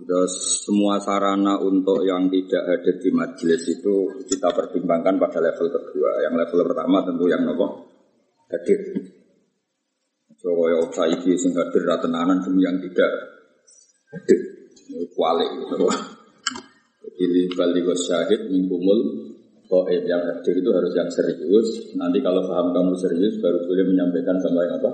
Terus semua sarana untuk yang tidak hadir di majelis itu kita pertimbangkan pada level kedua. Yang level pertama tentu yang nopo hadir. So kaya saiki sing hadir ra tenanan demi yang tidak hadir. Kualik gitu. Jadi balik syahid mingkumul qaib yang hadir itu harus yang serius. Nanti kalau paham kamu serius baru boleh menyampaikan sama yang apa?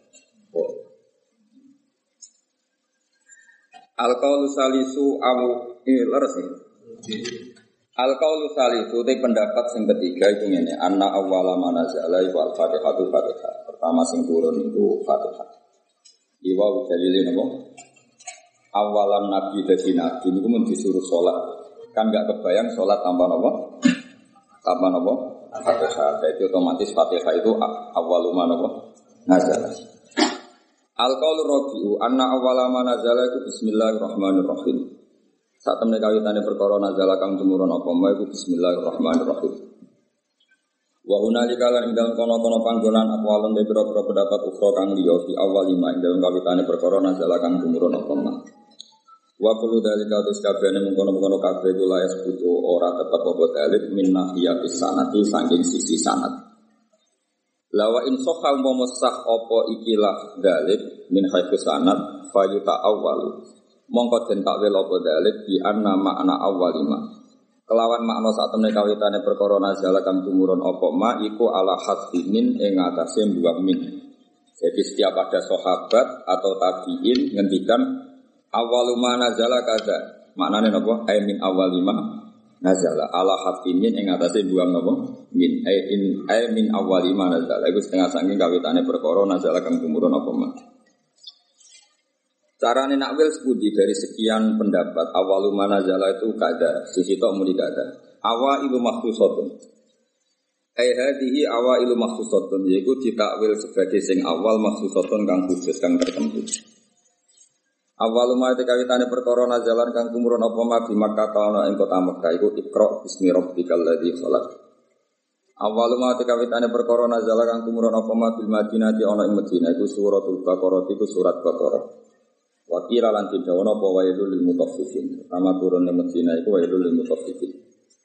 Al-qaulu salisu leres nih. Al-qaulu salisu te pendapat sing ketiga itu ngene, anna awwala manazala iku al-Fatihatu Fatihah. Pertama sing turun itu Fatihah. Iwa dalile napa? Awalan nabi dadi nabi niku mun disuruh salat. Kan enggak kebayang salat tanpa napa? Tanpa napa? Fatihah. Jadi otomatis Fatihah itu awwalu manapa? Nazala. Al-qaulu rabi'u anna awwala ma nazala iku bismillahirrahmanirrahim. Saat temne kawitane perkara nazala kang tumurun apa wae iku bismillahirrahmanirrahim. Wa hunalika lan ing dalem kono-kono panggonan aqwalun de pira-pira pendapat ukhra kang liya fi awal lima ing dalem kawitane perkara nazala kang tumurun apa ma. Wa kullu dalika kabehane mengkono-kono kabeh kula esbutu ora tetep apa dalil min nahiyatis sanati saking sisi sanad. Lawa insokha umpama sah apa ikilah dalil min haitsu sanad fayuta awwal mongko den takwil apa dalil bi anna makna awwalima kelawan makna sak temne kawitane perkara nazala kang tumurun apa ma iku ala hadmin ing atase mbuwang min. Jadi setiap ada sahabat atau tabi'in ngendikan awwaluma nazala kaza maknane napa ay min awwalima nazala ala hafimin ing atase buang napa min ay min awwali ma nazala iku setengah saking kawitane perkara nazala kang tumurun apa ma. Carane nakwil sepundi dari sekian pendapat awwalu ma nazala itu kada sisi tok muni kada awailu makhsusatun ay hadhihi awailu makhsusatun yaiku ditakwil sebagai sing awal makhsusatun kang khusus kang tertentu. Awal ma kawitane perkara nazalan kang tumurun apa ma di Makkah ana ing kota Makkah iku Iqra bismi rabbikal ladzi khalaq. Awal ma kawitane perkara nazalan kang tumurun apa ma bil Madinah di ana ing Madinah iku suratul Baqarah iku surat Baqarah. Wa qira lan didawono apa wailul lil mutaffifin. Pertama turun ing Madinah iku wailul lil mutaffifin.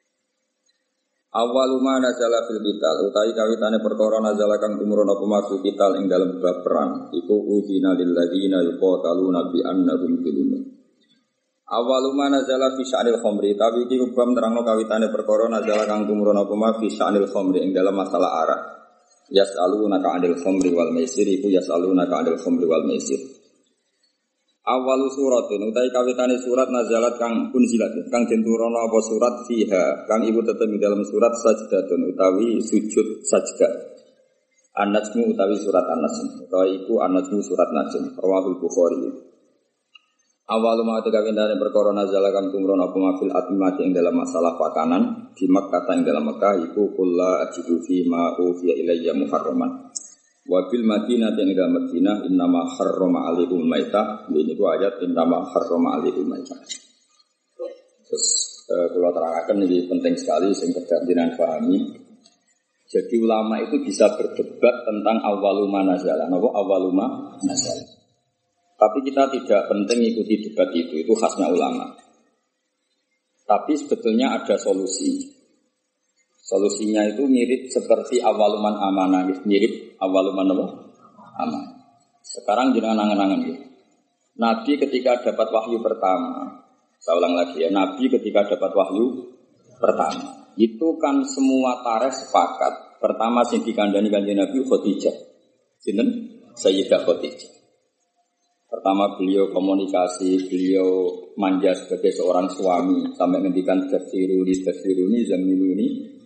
Awal ma nazala fil qital utawi kawitane perkara nazala kang tumurun apa maksud qital ing dalem bab perang iku uzina lil ladzina yuqataluna bi annahum zulmun. Awal ma nazala fi sya'nil khamri tapi iki ubam terangno kawitane perkara nazala kang tumurun apa ma fi sya'nil khamri ing dalem masalah arak. Yas'alunaka 'anil khamri wal maisir iku yas'alunaka 'anil khamri wal maisir. Awalu suratin utai kawitane surat nazalat kang unzilat kang den turana apa surat fiha kang ibu tetep ing dalam surat sajdatun utawi sujud sajdah. An-Najmu utawi surat An-Najm utawi iku An-Najmu surat Najm rawahul Bukhari. Awalu ma kawitane perkara nazalat kang tumurun apa mafil atmati ing dalam masalah pakanan di Makkah ing dalam Makkah iku kullu ajidu fi ma ufiya ilayya muharraman. Wabil Madinah yang ila Madinah innama harrama alaikum maitah. Ini ku ayat innama harrama alaikum maitah. Terus kalau terangkan ini penting sekali sehingga kedampinan pahami. Jadi ulama itu bisa berdebat tentang awaluma nazala. Napa awaluma nazala. Tapi kita tidak penting ikuti debat itu khasnya ulama. Tapi sebetulnya ada solusi. Solusinya itu mirip seperti awaluman amanah, mirip awaluman apa? Amanah. Sekarang jangan angan-angan ya. Nabi ketika dapat wahyu pertama, saya ulang lagi ya, Nabi ketika dapat wahyu pertama, itu kan semua tarikh sepakat. Pertama sing dikandani kanjeng Nabi Khadijah. Sinten? Sayyidah Khadijah. Pertama beliau komunikasi, beliau manja sebagai seorang suami sampai ngendikan tasiruni zamiluni.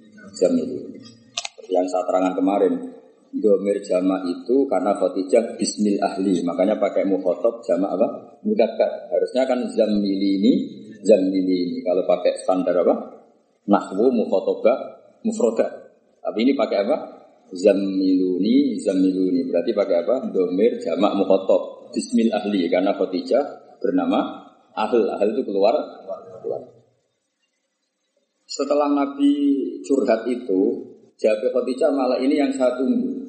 Yang saya terangkan kemarin, domir jama' itu karena Khadijah bismil ahli, makanya pakai mukhatab jama' apa? Mudzakkar. Harusnya kan zamilini. Kalau pakai standar apa? Nahwu mukhatabah mufradah. Tapi ini pakai apa? Zamiluni. Berarti pakai apa? Domir jama' mukhatab bismil ahli karena Khadijah bernama Ahl itu keluar. Setelah Nabi curhat itu, jawab Khadijah malah ini yang saya tunggu.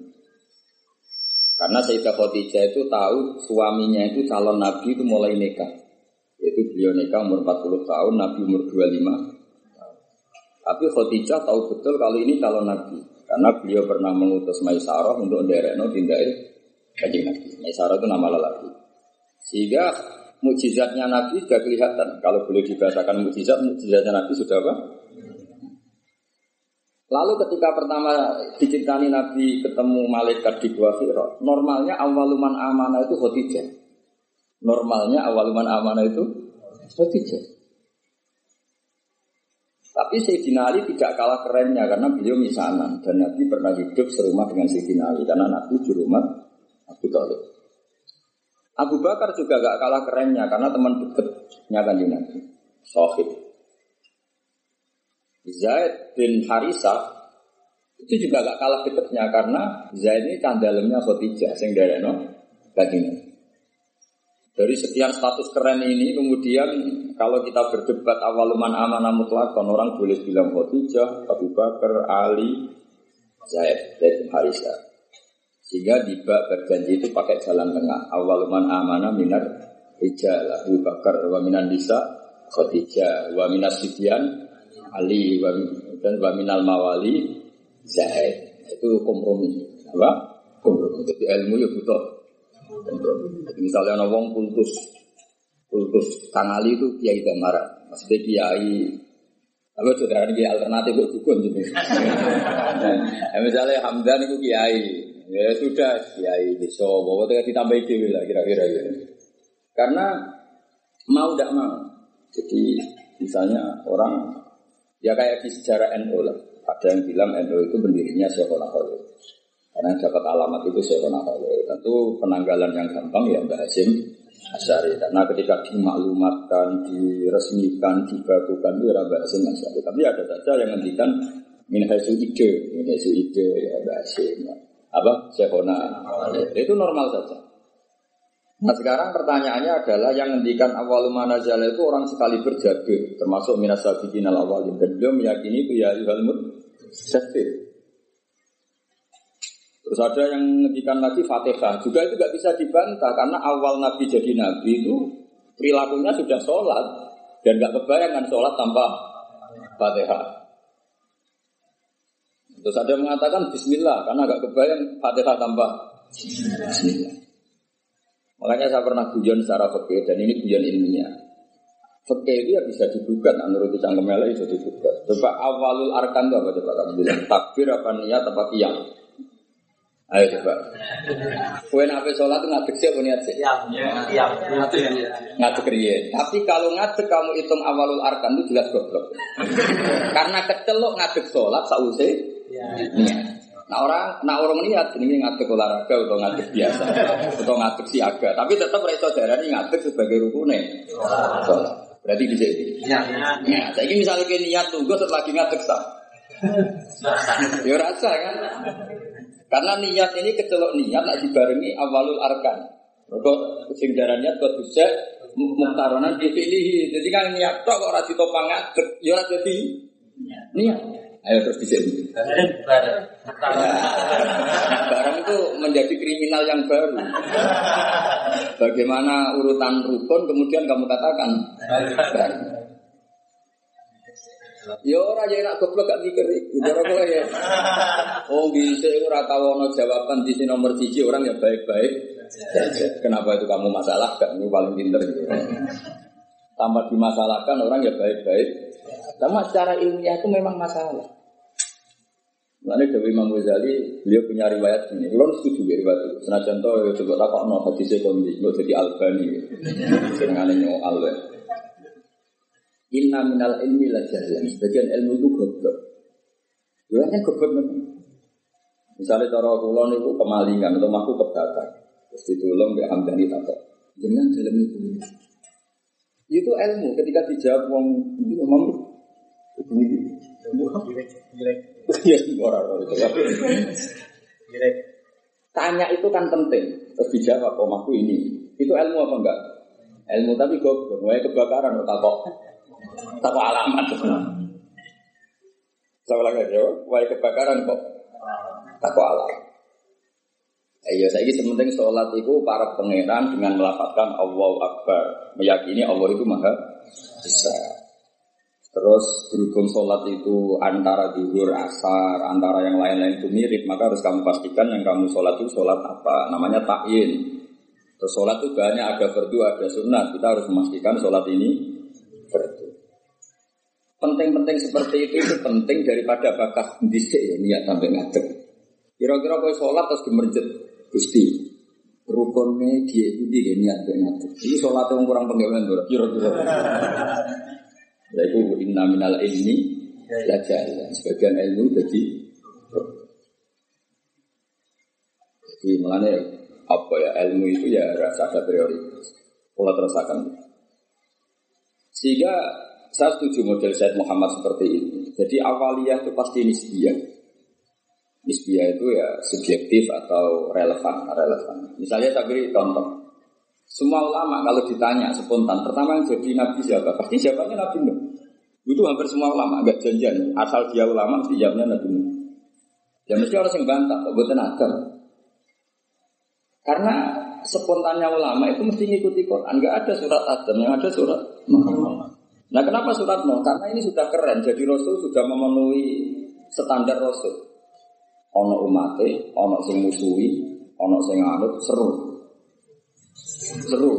Karena Sayyidah Khadijah itu tahu suaminya itu calon Nabi itu mulai nikah. Yaitu beliau nikah umur 40 tahun, Nabi umur 25. Tapi Khadijah tahu betul kalau ini calon Nabi. Karena beliau pernah mengutus Maisarah untuk nderekno tindake Kanjeng Nabi. Maisarah itu nama lelaki. Sehingga mukjizatnya Nabi sudah kelihatan. Kalau boleh dibahasakan mukjizatnya Nabi sudah apa? Lalu ketika pertama dicintai Nabi ketemu malaikat di Gua Hira, normalnya awaluman amanah itu Khadijah. Normalnya awaluman amanah itu Khadijah. Tapi Sayyidina Ali tidak kalah kerennya karena beliau misanan dan Nabi pernah hidup serumah dengan Sayyidina Ali karena Nabi di rumah Abu Thalib. Abu Bakar juga gak kalah kerennya karena teman dekatnya Kanjeng Nabi, Sohib. Zaid bin Harisah itu juga gak kalah dekatnya karena Zaid ini candalemnya Khadijah sing derekno Kanjeng Nabi. Dari sekian status keren ini kemudian kalau kita berdebat awaluman amanah mutlaqan orang boleh bilang Khadijah, Abu Bakar, Ali, Zaid bin Harisah. Sehingga tiba berjanji itu pakai jalan tengah. Awaluman amanah minar rijal Abu Bakar wa minan nisa Khadijah wa minas sibyan Ali dan wa minal mawali Zaid. Itu kompromi. Apa? Kompromi. Jadi ilmu ya butuh kompromi. Jadi misalnya ada orang kultus Kang Ali itu Kiai Damara. Maksudnya Kiai apa saudara ini alternatif buat dukun gitu. Misalnya Hamdan itu Kiai. Ya sudah, Kiai desa, pokoknya ditambah ide lah kira-kira gitu. Karena mau tidak mau. Jadi misalnya orang ya kayak di sejarah NU lah. Ada yang bilang NU itu pendirinya Syekhona Khalil. Karena dapat alamat itu Syekhona Khalil. Tentu penanggalan yang gampang ya Mbah Hasyim Asy'ari. Karena ketika dimaklumatkan, diresmikan, dibakukan itu ya Mbah Hasyim Asy'ari. Tapi ada saja yang ngendikan min haitsu ide ya Mbah Hasyim. Apa? Syekhona itu normal saja. Nah sekarang pertanyaannya adalah yang ngendikan awal manazal itu orang sekali berjabir termasuk minas sabiqin al-awwalin dan beliau meyakini itu ya ayyuhal mudaththir. Terus ada yang ngendikan lagi Fatihah juga itu gak bisa dibantah karena awal Nabi jadi Nabi itu perilakunya sudah sholat dan gak kebayang kan sholat tanpa Fatihah. Terus ada yang mengatakan Bismillah karena agak kebayang Fatihah tambah Bismillah. Makanya saya pernah guyon secara fikih dan ini guyon ilmiah. Fikih itu ya bisa digugat, menurut Cangkem Elek itu digugat. Coba awalul arkan itu apa coba kamu bilang? Takbir apa niat apa qiyam? Ayo coba. Kowe nek sholat itu ngadeg sih apa niat sih? Qiyam. Ngadeg riyen. Tapi kalau ngadeg kamu hitung awalul arkan itu jelas goblok. Karena kecelok ngadeg sholat sausé niat. Nah orang niat ini ngadeg olahraga atau ngadeg biasa atau ngadeg siaga, tapi tetap iso darani ngadeg sebagai rukune sholat. Berarti bisa ini. Ya, saya ini misalnya niat tunggu setelah ngadeg sah. Ya rasa kan? Karena niat ini kecelok niat nak dibarengi awalul arkan. Mergo sing darani niat kok bisa muktaronan dipilih. Jadi kan niat tok kok ora ditopang ngadeg, ya ora dadi niat. Ayo terus disini. Barang itu menjadi kriminal yang baru. Bagaimana urutan rukun kemudian kamu katakan barang. Ya ora ya nak goblok gak mikir iku. Ora kowe ya. Oh bisa ora tau ono jawaban di sini nomor 1 orang yang baik-baik. Kenapa itu kamu masalah? Kamu paling pinter gitu. Tambah dimasalahkan orang ya baik-baik. Sama secara ilmiah itu memang masalah. Lalu Dewi Imam Ghazali, beliau punya riwayat ini. Belum setuju riwayat itu. Senajan to coba takokno hadis kondi, nggak jadi Albani. Senengane nyoal wae. Inna minal ilmi la jahlan. Sebagian ilmu itu goblok. Ya kan goblok memang. Misalnya cara kula niku kemalingan atau maku kebakar. Terus ditolong mbek Hamdani takok. Jangan dalam itu. Itu ilmu ketika dijawab wong itu memang ya orang itu ya. Tanya itu kan penting. Terus dijawab omahku ini. Itu ilmu apa enggak? Ilmu tapi goblok. Wae kebakaran takok alamat. Saya lagi jawab, wae kebakaran kok takok alamat. Ya saiki sementing sholat itu para pangeran dengan melafazkan Allahu Akbar, meyakini Allah itu maha besar. Terus berhubung sholat itu antara zuhur, asar, antara yang lain-lain itu mirip, maka harus kamu pastikan yang kamu sholat itu sholat apa, namanya ta'yin. Terus sholat itu banyak, ada fardu, ada sunnah, kita harus memastikan sholat ini fardu. Penting-penting seperti itu penting daripada bakas disik ya, niat sampai ngadeg. Kira-kira kau sholat terus gemerjet, Gusti rukunnya dia itu dia niat sampai ngadeg. Ini sholat yang kurang penggawean tuh, kira-kira. Yaitu inna minal ilmi la jahil. Sebagian ilmu jadi melane apa ya, ilmu itu ya rasa ada prioritas. Pola terasakan. Sehingga saya setuju model Said Muhammad seperti ini. Jadi awaliyah itu pasti nisbiyah. Nisbiyah itu ya subjektif atau relevan. Misalnya saya beri contoh. Semua ulama kalau ditanya spontan, pertama yang jadi nabi siapa? Pasti jawabannya Nabi Nuh. Itu hampir semua ulama, agak janjian. Asal dia ulama, mesti jawabnya Nabi Nuh. Ya mesti orang yang bantah, kok buatan agar. Karena spontannya ulama itu mesti ngikuti Quran. Enggak ada surat Adam, yang ada surat Muhammad. Nah kenapa surat Nuh? Karena ini sudah keren. Jadi Rasul sudah memenuhi standar Rasul. Ono umate, ono sing musuhi, ono sing anut, seru. Seru.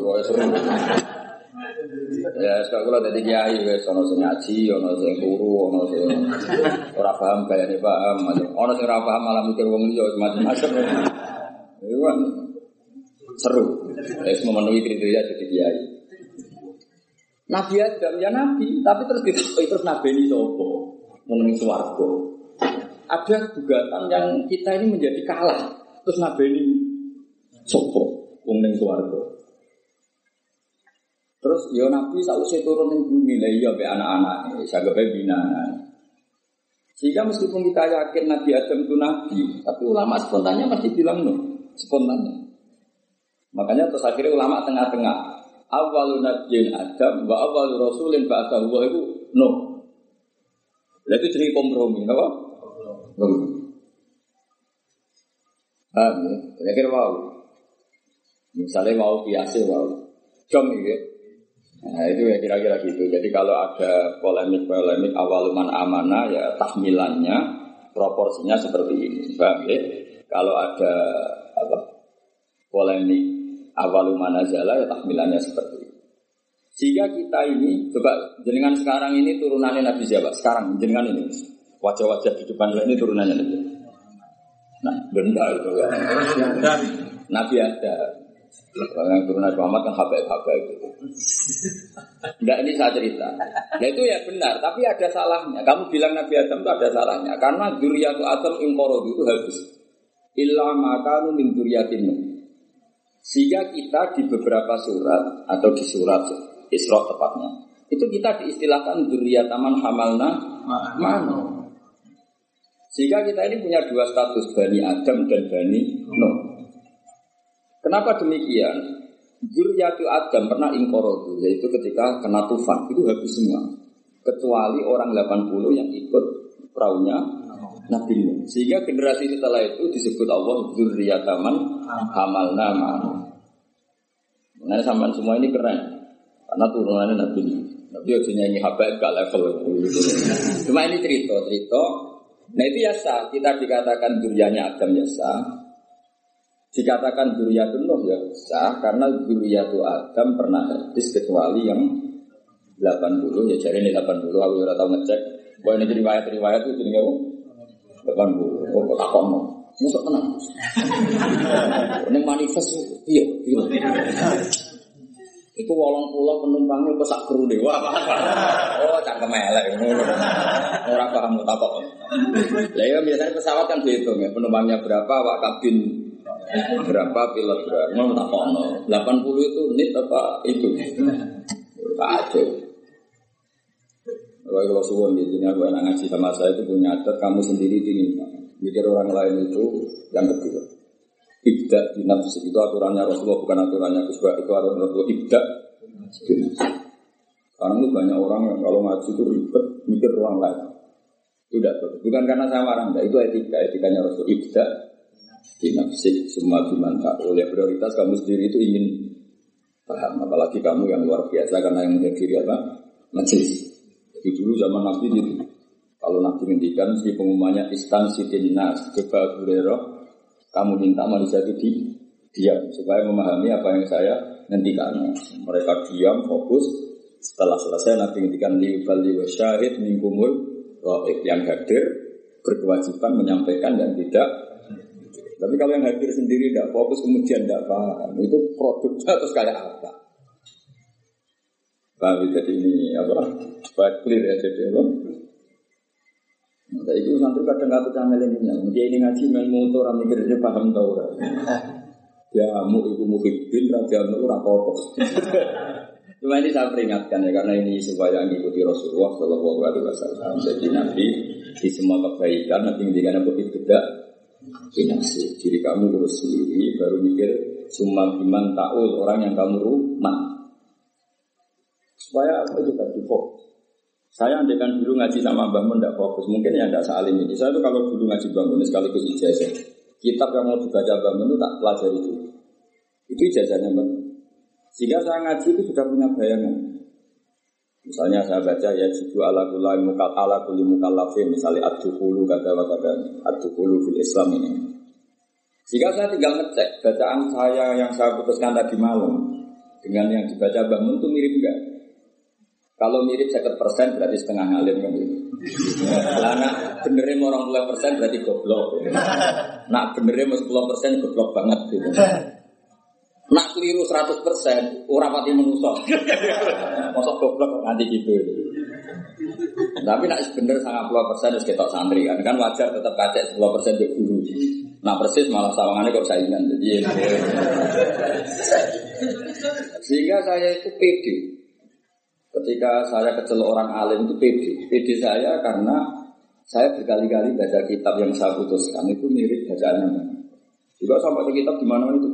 Ya, sekolah dari kiai, ono sing ngaji, ono sing turu, ono sing ora paham bayane paham, ono sing ora paham malah mikir wong liya macam-macam. Itu kan seru. Wis memenuhi kriteria jadi kiai. Nabi Adam ya nabi, tapi terus nabi ini sapa? Mengenai swarga. Ada gugatan yang kita ini menjadi kalah. Terus nabi ini sapa? Mengenai swarga. Terus ya Nabi sausé turun ning bumi lha iya be anak-anak sagape binaan. Sehingga meskipun kita yakin Nabi Adam itu nabi, tapi ulama spontannya pasti bilang no, spontannya. Makanya terus akhirnya ulama tengah-tengah. Awalun nabiyyin Adam wa awalur rasulin ba'athahu itu no. Lha itu jadi kompromi, apa? Kira-kira wow. Misalnya mau biasa wow. Jom gitu. Nah itu ya kira-kira gitu. Jadi kalau ada polemik awaluman amanah ya tahmilannya proporsinya seperti ini. Paham ya? Kalau ada polemik awaluman azala ya tahmilannya seperti ini. Sehingga kita ini coba jenengan sekarang ini turunannya Nabi siapa? Sekarang jenengan ini wajah-wajah di depan ini turunannya Nabi. Nah benda itu ya. Nabi ada. Yang turunan Muhammad kan habaib gitu. Enggak, ini saya cerita. Nah itu ya benar, tapi ada salahnya. Kamu bilang Nabi Adam itu ada salahnya karena dzurriyyatu Adam inqaradu itu habis. Illa ma kanu min dzurriyyatin. Sehingga kita di beberapa surat atau di surat Isra tepatnya, itu kita diistilahkan dzurriyyataman hamalna ma'an. Sehingga kita ini punya dua status, Bani Adam dan Bani Nuh. Kenapa demikian? Dzurriyyatu Adam pernah inqaradu, yaitu ketika kena tufan, itu habis semua. Kecuali orang 80 yang ikut perahunya Nabi Nuh. Sehingga generasi setelah itu disebut Allah dzurriyyataman hamalna ma'an. Nah, sampai semua ini keren. Karena turunannya Nabi Nuh. Nabi aja nyanyi habaib gak level. Cuma ini cerita. Nah itu ya sah. Kita dikatakan dzurriyyahnya Adam ya sah. Dikatakan dzurriyyatun Nuh ya sah karena dzurriyyatu Adam pernah hadis kecuali yang 80 ya jadi ini 80 aku ora tau ngecek. Kok ini riwayat itu jenenge apa? 80. Kok takokno. Mosok tenan. Ning manifest iya. Iku 80 penumpangnya kok sak kru deh. Wah, oh cangkem elek ngono. Ora paham takok. Lah ya biasanya pesawat kan dihitung ya, penumpangnya berapa, awak kabin berapa, pilot berapa. Mau takokno. 80 itu nit apa itu? Kacau. Kalau suwon gitu, aku enak ngaji sama saya itu punya adat kamu sendiri dingin. Mikir orang lain itu yang kedua. Ibda di nafsi itu aturannya Rasulullah bukan aturannya Gus Bak, itu aturan Rasulullah ibda. Sekarang itu banyak orang yang kalau ngaji itu ribet mikir orang lain. Itu tidak betul. Bukan karena saya marah, enggak. Itu etikanya Rasul ibda binafsik semua bimanta. Oleh prioritas kamu sendiri itu ingin paham, apalagi kamu yang luar biasa karena yang menghadiri apa? Majelis. Jadi dulu zaman Nabi itu, kalau Nabi ngendikan si pengumumannya istansitin nas, coba Hurairah, kamu minta manusia itu diam supaya memahami apa yang saya ngendikan. Mereka diam, fokus. Setelah selesai Nabi ngendikan liubali wa syahid minkumul ghaib, yang hadir berkewajiban menyampaikan dan tidak. Tapi kalau yang hadir sendiri tidak fokus kemudian tidak paham, itu produknya terus kayak apa? Paham? Jadi ini apa? Supaya clear ya jadi apa? Nah, itu nanti kadang-kadang camel ini, dia ini ngaji main motor, mikir dia paham tau kan? Ya mu ibu muhibbin, raja mu rapopo. Cuma ini saya peringatkan ya, karena ini supaya mengikuti Rasulullah Shallallahu Alaihi Wasallam. Jadi Nabi di semua kebaikan, Nabi ngendikan apa tidak binafsi. Diri kamu urus sendiri, baru mikir summa biman ta'ul, orang yang kamu rumah. Supaya apa itu tadi fokus. Saya andaikan dulu ngaji sama Mbah Mun tidak fokus, mungkin ya tidak sealim ini. Saya itu kalau dulu ngaji Mbah Mun sekaligus ijazah, kitab yang mau dibaca Mbah Mun itu tak pelajari dulu. Itu ijazahnya Mbah. Sehingga saya ngaji itu sudah punya bayangan. Misalnya saya baca ya jibu ala kulli mukallafin, misalnya ad-dukhulu kata ad-dukhulu fil Islam ini. Sehingga saya tinggal ngecek bacaan saya yang saya putuskan tadi malam dengan yang dibaca Mbah Mun itu mirip enggak? Kalau mirip 50% berarti setengah ngalim kan gitu. Lah nak benerin 20% berarti goblok. Nak benerin 10% goblok banget gitu. Nak keliru 100% ora pati menungso. Mosok goblok nanti gitu. Tapi nak bener 90% wis ketok santri kan. Kan wajar tetap kacek 10% untuk guru. Nah persis malah sawangane kok saingan. Jadi sehingga saya itu pede. Ketika saya kecelok orang alim itu pede saya karena saya berkali-kali baca kitab yang saya putuskan itu mirip bacaannya. Juga sampai di kitab di mana itu.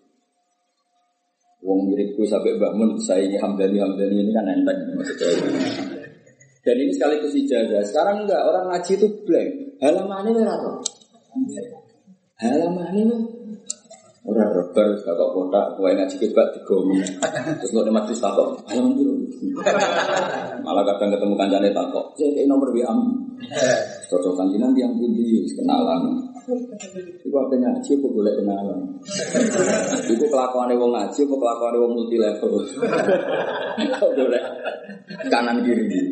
Wong miripku sampai Mbah Mun saya ini Hamdani ini kan enteng maksudnya. Dan ini sekaligus ijazah. Sekarang enggak, orang ngaji itu blank. Halamannya ora to. Halamannya ora robar kok kotak kowe ngaji kebak digomi. Terus kok majlis takok, halaman piro? Malah kadang ketemu kancane takok, "Cek nomor WA." Cocokan jenengan yang pundi kenalan. Iku apa ngaji apa golek kenalan. Iku kelakuane wong ngaji apa kelakuane wong multi level. Kok golek kanan kiri.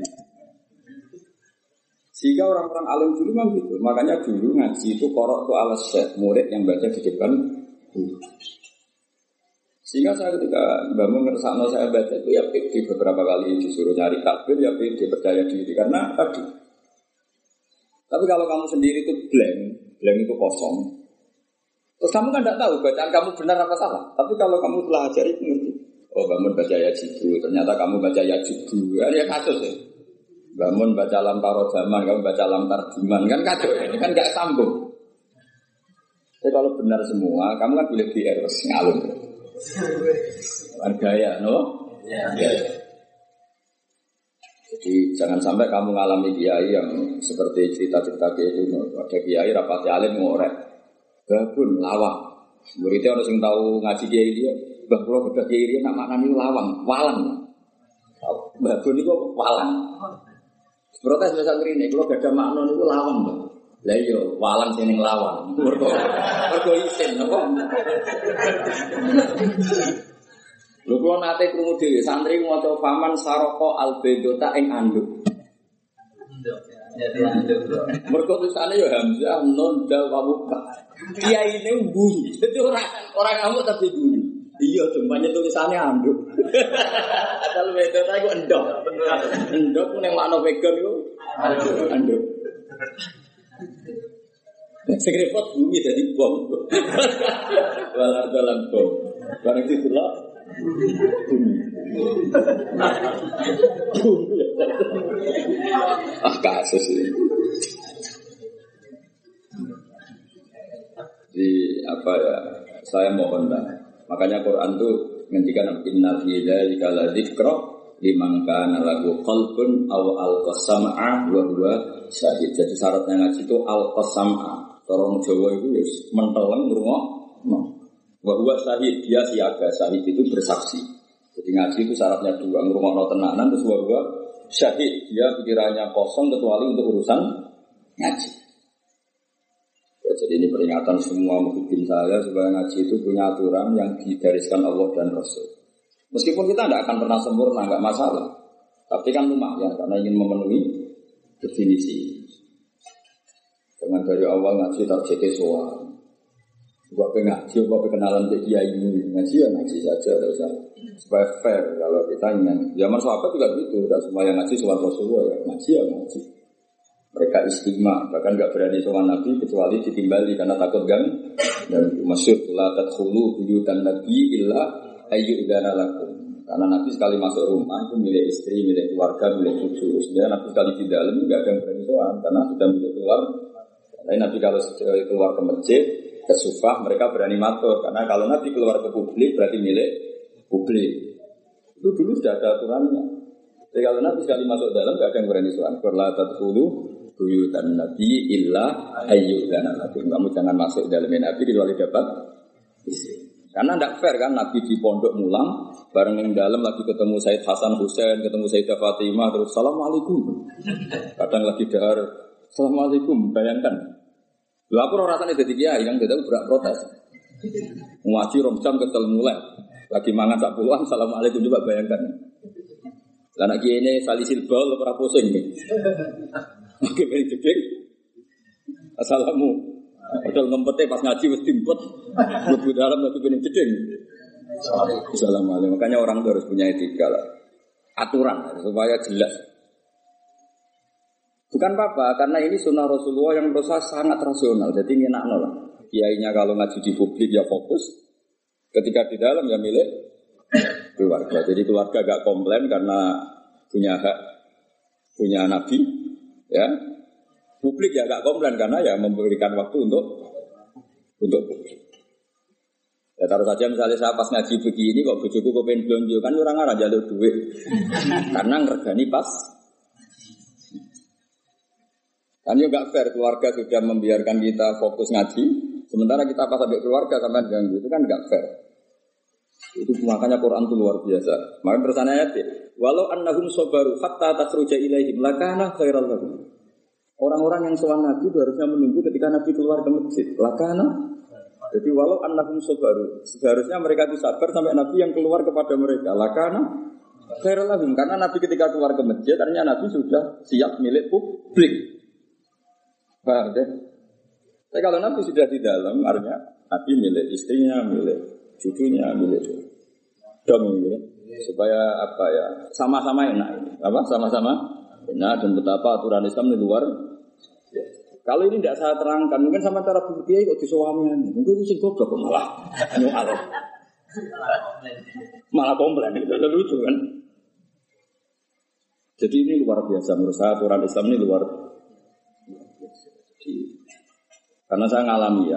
Sehingga orang-orang alim dulu memang gitu. Makanya dulu ngaji itu korok itu alas syekh, murid yang baca di depan. Sehingga saya ketika bangun ngersakno saya baca itu ya pede beberapa kali disuruh nyari takbir ya pede percaya diri karena tadi. Tapi kalau kamu sendiri itu blank itu kosong. Terus kamu kan tidak tahu bacaan kamu benar apa salah. Tapi kalau kamu telah ajari ngerti. Oh bangun baca ya jibu, ternyata kamu baca ya jibu. Ya kasus ya. Bangun baca lam taro zaman, kamu baca lam tarjiman kan kacau ya. Ini kan gak sambung. Tapi kalau benar semua, kamu kan boleh biar ngalung. Gaya, no? Ya. Jadi jangan sampai kamu ngalami kiai yang seperti cerita-cerita kiai itu. Ada kiai rapati alim ngorek, babun lawang. Muridnya orang yang tahu ngaji kiai dia, bah kalau beda kiai dia nak maknanya lawang, walang. Babun itu walang. Protes biasa ngene, kalau gak ada makna itu lawang, Bang. Lah iya, walang sing lawang. Mergo isin napa? Lho kula nate krungu dhewe santri maca faman saroko albedota ing anduk. Mergo tulisane ya hamzah nun dal wawu. Kiyaine bunyi. Dadi ora ngamuk tapi bunyi. Iya, jempanya tulisannya anduk. Asal wedota iku endok. Endok ning makna vegan iku anduk. Sekrepot bumi jadi bom. Walar dalam bom. Barang itu lah bumi. Kasus ini. Di apa ya? Saya mohon dah. Makanya Quran itu ngendikan innal fi dzalika la dzikra liman kana lahu qalbun aw alqasama'a wa huwa syahid. Jadi syaratnya ngaji itu alqasama'a. Orang Jawa itu ya menteleng ngrungokno. Wa huwa syahid, dia siaga. Syahid itu bersaksi. Jadi ngaji itu syaratnya dua, ngrungokno tenanan terus wa huwa syahid, dia pikirannya kosong kecuali untuk urusan ngaji. Ya, jadi ini peringatan semua muhibin saya supaya ngaji itu punya aturan yang digariskan Allah dan Rasul. Meskipun kita tidak akan pernah sempurna, nggak masalah. Tapi kan lumayan karena ingin memenuhi definisi. Dengan dari awal ngaji targetnya soal. Gua pengen ngaji, gua pengen kenalan ke kiai ini. Ngaji ya ngaji saja, supaya fair. Kalau kita ingin, zaman sahabat juga gitu. Dan semua yang ngaji soal Rasulullah ya ngaji ya ngaji. Mereka istimewa, bahkan nggak berani soal Nabi kecuali ditimbali karena takut gang. Dan masyhur la tadkhulu buyutan Nabi illa ayyudana lakum. Karena Nabi sekali masuk rumah itu milik istri, milik keluarga, milik cucu. Sebenarnya Nabi sekali di dalam nggak ada yang berani soal karena sudah milik keluar. Tapi Nabi kalau keluar ke masjid, ke sufah, mereka berani matur. Karena kalau Nabi keluar ke publik, berarti milik publik. Itu dulu sudah ada aturannya. Jadi kalau Nabi sekali masuk dalam, tidak ada yang berani soal. La tadkhulu buyutan Nabi illa ayyudana lakum. Kamu jangan masuk dalam Nabi kecuali dapat istri. Karena tidak fair kan, Nabi di pondok mulang, bareng yang dalam lagi ketemu Said Hasan Husain, ketemu Sayyidah Fatimah, terus Assalamualaikum. Kadang lagi dahar, Assalamualaikum, bayangkan. Lalu aku rasanya jadi kiai yang tidak berak protes. Ngaji romjam ketel mulai. Lagi mangan sak puluhan, Assalamualaikum coba bayangkan. Lah nek kiai ini salisil bal ora pusing. Oke, beri jeding. Assalamu. Padahal ngempete pas ngaji wis timpet. Mlebu dalam lagi beri jeding. Assalamualaikum. Makanya orang itu harus punya etika lah. Aturan supaya jelas. Bukan apa-apa, karena ini sunnah Rasulullah yang menurut saya sangat rasional. Jadi ngenakno lah. Kiainya kalau ngaji di publik ya fokus. Ketika di dalam ya milik keluarga. Jadi keluarga gak komplain karena punya hak, punya Nabi. Ya, publik ya gak komplain karena ya memberikan waktu untuk publik. Ya taruh saja misalnya saya pas ngaji begini kok bojoku kok pengen blonjo kan orang arah jalur duit. Karena ngergani pas. Kan juga fair, keluarga sudah membiarkan kita fokus ngaji, sementara kita pas sampai keluarga sampai ganggu, itu kan enggak fair. Itu makanya Quran itu luar biasa. Makanya terusan ayat ya, walau annahum sabaru hatta takhruja ilaihim lakana khairal lahum. Orang-orang yang sowan Nabi itu harusnya menunggu ketika Nabi keluar ke masjid. Lakana. Jadi walau annahum sabaru, seharusnya mereka itu sabar sampai Nabi yang keluar kepada mereka. Lakana khairal lahum, karena Nabi ketika keluar ke masjid ternyata Nabi sudah siap milik publik. Paham deh? Tapi kalau Nabi sudah di dalam, artinya Nabi milik istrinya, milik cucunya, milik dong gitu. Supaya apa ya? Sama-sama enak ini. Apa? Sama-sama enak dan betapa aturan Islam di luar. Ya. Kalau ini tidak saya terangkan, mungkin sama cara berpikir kok disuamian. Mungkin itu goblok malah nyual. Malah komplain itu lucu kan. Jadi ini luar biasa menurut saya, aturan Islam ini luar biasa. Karena saya ngalami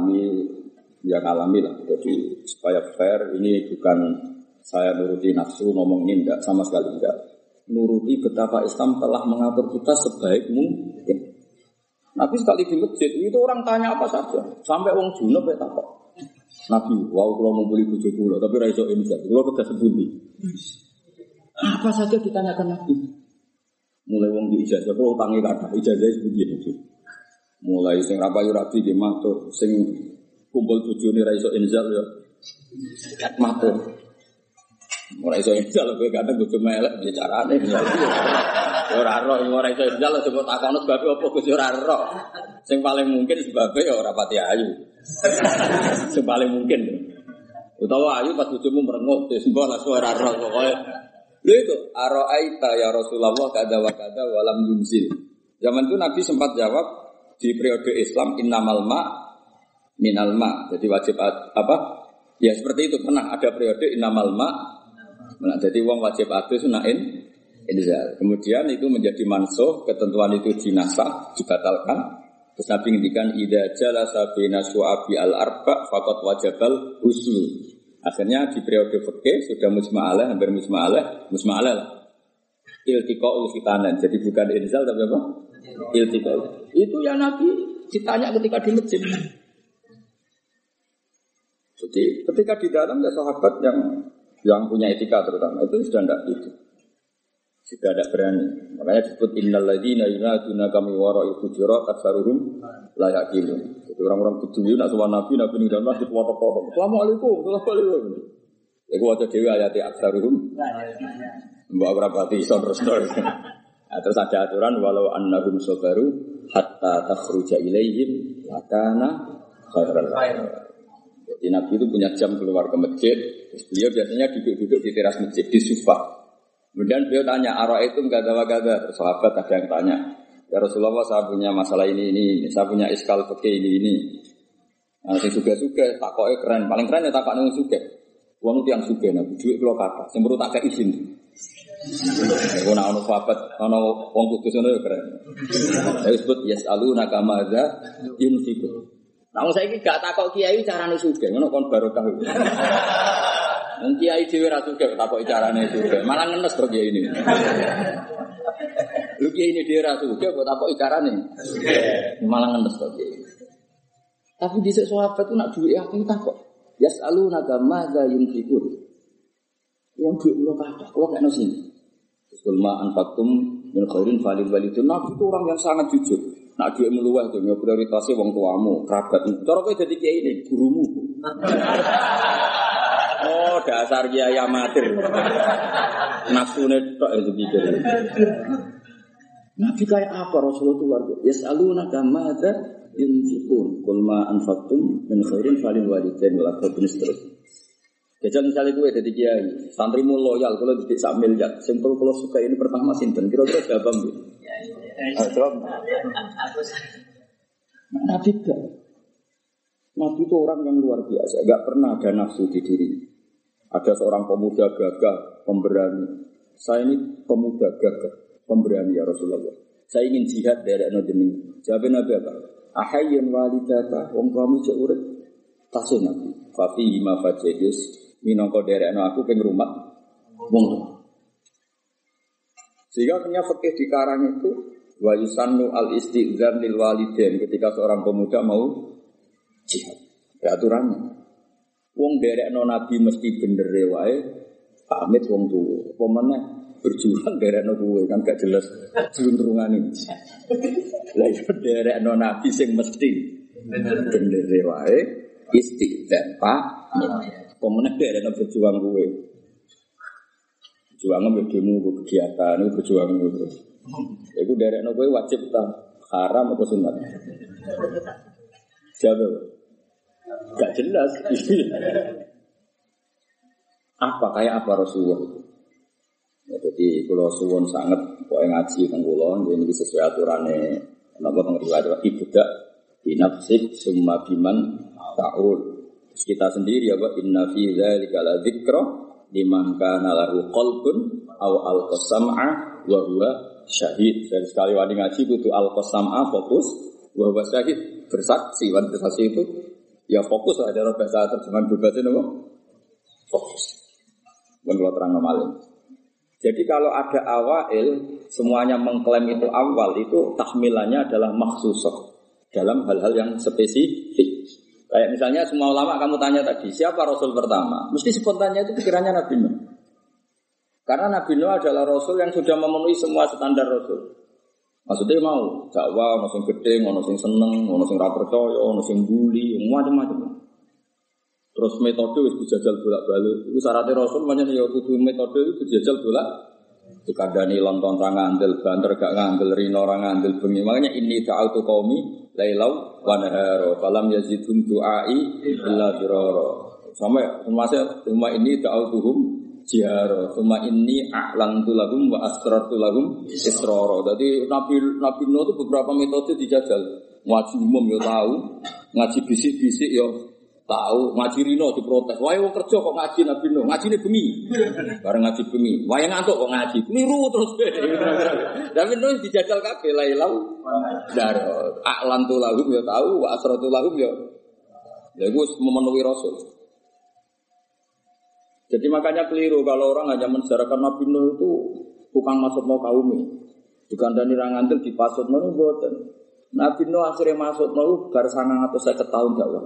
lah. Jadi supaya fair, ini bukan saya nuruti nafsu ngomong ini enggak, sama sekali enggak. Nuruti betapa Islam telah mengatur kita sebaik mungkin. Nabi sekali di masjid itu orang tanya apa saja, sampai wong junub ya takut. Nabi, wow kalau mau beli bojo kula, tapi ra iso injak, kula kedah sebuti. Apa saja ditanyakan Nabi. Mulai wong di ijazah, kalau tangi kata ijazah sebuti itu. Mulai sing rapayu rabi di matur, sing kumpul bojone ra iso injal ya matur. Ora iso injal kowe kadang bojo melek piye carane. Ora ro ora iso injal sebab takono sebab apa Gus ora ro. Sing paling mungkin sebabe ya ora pati ayu. Sing paling mungkin. Utawa ayu pas bojomu merengut wis mbok lah ora ro pokoke. Lha itu araita ya Rasulullah kada wa kada walam yunzil. Zaman itu Nabi sempat jawab di periode Islam innamal ma minal ma. Jadi wajib apa? Ya seperti itu pernah ada periode innamal ma. Nah, jadi wong wajib adus sunain inzal. Kemudian itu menjadi mansuh, ketentuan itu dinasakh, dibatalkan. Terus Nabi ngendikan idza jalasa baina syu'abi al-arba faqad wajabal huslu. Akhirnya di periode fikih sudah mujma'alah, hampir mujma'alah lah. Iltiqa'ul khitanan. Jadi bukan inzal tapi apa? Iltiqa'ul. Itu ya Nabi Ditanya ketika di masjid. Jadi ketika di dalam ya sahabat yang punya etika terutama itu sudah tidak itu. Sudah tidak berani. Makanya disebut innal ladzina yunaduna kami wara'i hujurat aktsaruhum la yaqilun. Jadi orang-orang peduli nak sowan nabi ning dalam masjid foto-foto. Assalamualaikum. Iku waca dhewe ayat aktsaruhum. Mbak ora pati iso terus. Terus ada aturan walau annahum sabaru hatta takhruja ilaihim lakana khairan. Jadi Nabi itu punya jam keluar ke masjid. Beliau biasanya duduk-duduk di teras masjid di sofa. Kemudian beliau tanya, "Ara'aitum kadza-kadza?" Sahabat ada yang tanya, "Ya Rasulullah, saya punya masalah ini. Saya punya iskal fikih ini." Nah, sing suga-suga takoke keren. Paling keren ya takok nang suga. Wong tiyang suga Nabi, dhuwit kula kathah. Sing perlu tak kei izin. Nek ana sahabat, ana wong kudus ngono ya keren. Saya sebut yas'aluna kamadza yunfiqu. Nah, saiki gak takok kiai carane sugih, ngono kon barokah. Wong kiai dhewe ra sugih takoki carane sugih, malah ngenes to kiai ini. Lu kiai ini dhewe ra sugih kok takoki carane sugih, malah ngenes to kiai. Tapi dhisik sahabat ku nak duwe akeh takok. Yas'aluna kamadza yunfiqu. Wong duwe kula kathah, kula kena sini. Sulma anfaqtum min khairin falil walidun. Nabi itu orang yang sangat jujur. Nak duwe meluweh to prioritasé wong tuamu, kerabat. Cara kowe dadi kiai ini gurumu. Oh, dasar kiai amatir. Nafsune tok itu pikir. Nabi kayak apa Rasulullah itu? Yas'aluna kamadza yunfiqun. Qul ma anfaqtum min khairin falil walidain wal aqrabin terus. Jajal misalnya gue jadi kiai, santrimu loyal, kalau didik sak miliar, simpel kalau suka ini pertama sinten, kira-kira siapa mbak? Nabi gak, Nabi itu orang yang luar biasa, gak pernah ada nafsu di dirinya. Ada seorang pemuda gagah, pemberani. Saya ini pemuda gagah, pemberani ya Rasulullah. Saya ingin jihad dari anak jeneng. Jawab Nabi apa? Ahayyun walidata, wong kami cek urip. Tasih Nabi. Fafi ma fajidus. Minangka derekno aku ping rumah wong tuwa. Sehingga punya fikih di karang itu wa yusannu al istighzar lil walidain ketika seorang pemuda mau jihad. Ada aturannya. Wong derekno nabi mesti bener wae pamit wong tuwa. Apa meneh berjuang derekno kowe kan gak jelas juntrungane. Lah iku derekno nabi sing mesti bener wae istighzar Pak. Pemenang dia ada berjuang gue, berjuang demo kegiatan, berjuang terus. Aku dari gue wajib tak haram atau sunat? Jawab, gak jelas. Kayak apa Rasulullah itu? Ya, jadi kalau suwon sangat kau ngaji tengkulon, ini sesuai aturannya. Kenapa tengkulon ibadah binafsik summa biman ta'ul. Kita sendiri apa inna fi dzalika la dzikra liman kana lahu qalbun aw alqasam'a wa huwa syahid. Jadi sekali wani ngaji kudu alqasam'a fokus wa huwa syahid bersaksi. Wan bersaksi itu ya fokus ada bahasa terjemahan bebasnya apa? Fokus. Mun kula terangno malih. Jadi kalau ada awail semuanya mengklaim itu awal itu tahmilannya adalah makhsusah dalam hal-hal yang spesifik. Kayak misalnya semua ulama kamu tanya tadi, siapa Rasul pertama? Mesti spontannya itu pikirannya Nabi Nuh. Karena Nabi Nuh adalah Rasul yang sudah memenuhi semua standar Rasul. Maksudnya mau dakwah, ono sing gede, ono sing seneng, ono sing ra percaya, ono sing bully, macam-macam. Terus metode wis dijajal bolak-balik. Itu syaratnya Rasul banyak ya kudu metode itu dijajal bolak. Dikandani lontong ra ngandel, banter gak ngandel, rino ra ngandel bengi. Makanya ini ta'autu qaumi lailau wa nahara falam yazidhum du'ai illa firara. Sampai semua ini ta'autuhum jihara. Semua ini a'lantu lahum wa asrartu lahum israra. Jadi Nabi Nuh itu beberapa metode dijajal. Ngaji umum ya tahu, ngaji bisik-bisik ya tahu, ngaji rino diprotes. Wae wong kerja kok ngaji Nabi Nuh, ngajine bengi. Bareng ngaji bengi, wae ngantuk kok ngaji. Keliru terus. Nabi Nuh dijajal kabeh lailau dar a'lantu lahum ya tahu, wa asratu lahum ya. Ya iku memenuhi Rasul. Jadi makanya keliru kalau orang hanya mensyarakat Nabi Nuh itu tukang masuk mau kaumnya. Dikandani ra ngandel dipasutno mboten. Nabi Nuh akhirnya masuk mau bar 950 tahun dakwah.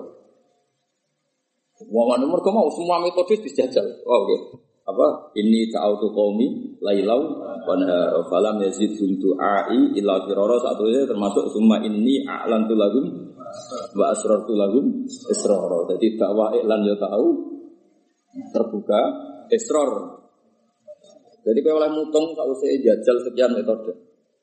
Wong anu mergo mau semua metode dijajal. Oh nggih. Apa ini ta'autu qaumi lailau wa nahara falam yazidhum du'ai illa firara satunya termasuk summa inni a'lantu lahum wa asrartu lahum israr. Jadi dakwah iklan yo tahu terbuka israr. Jadi kalau oleh mutung kalau saya jajal sekian metode.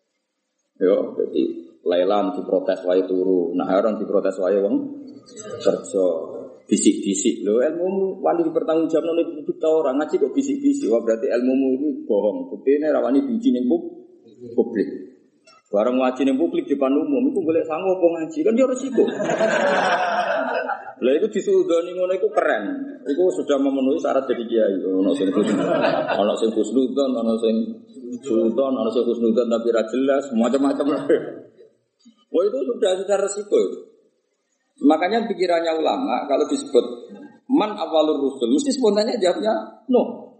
Yo jadi lailan diprotes wae turu, naharon diprotes wae wong kerja. Bisik-bisik lho, ilmu wani dipertanggungjawabno nek publik ta ora ngaji kok bisik-bisik. Wah berarti ilmumu ini bohong. Buktine ra wani biji ning publik. Bareng ngaji ning publik di depan umum iku golek sangu apa ngaji kan ya resiko. Lah itu disudoni ngono iku keren. Iku sudah memenuhi syarat jadi kiai. Ono sing khusnudzon, ono sing sultan, ono sing khusnudzon tapi ra jelas, macam-macam. Wah itu sudah resiko itu. Makanya pikirannya ulama kalau disebut man awalur rusul mesti spontannya jawabnya no.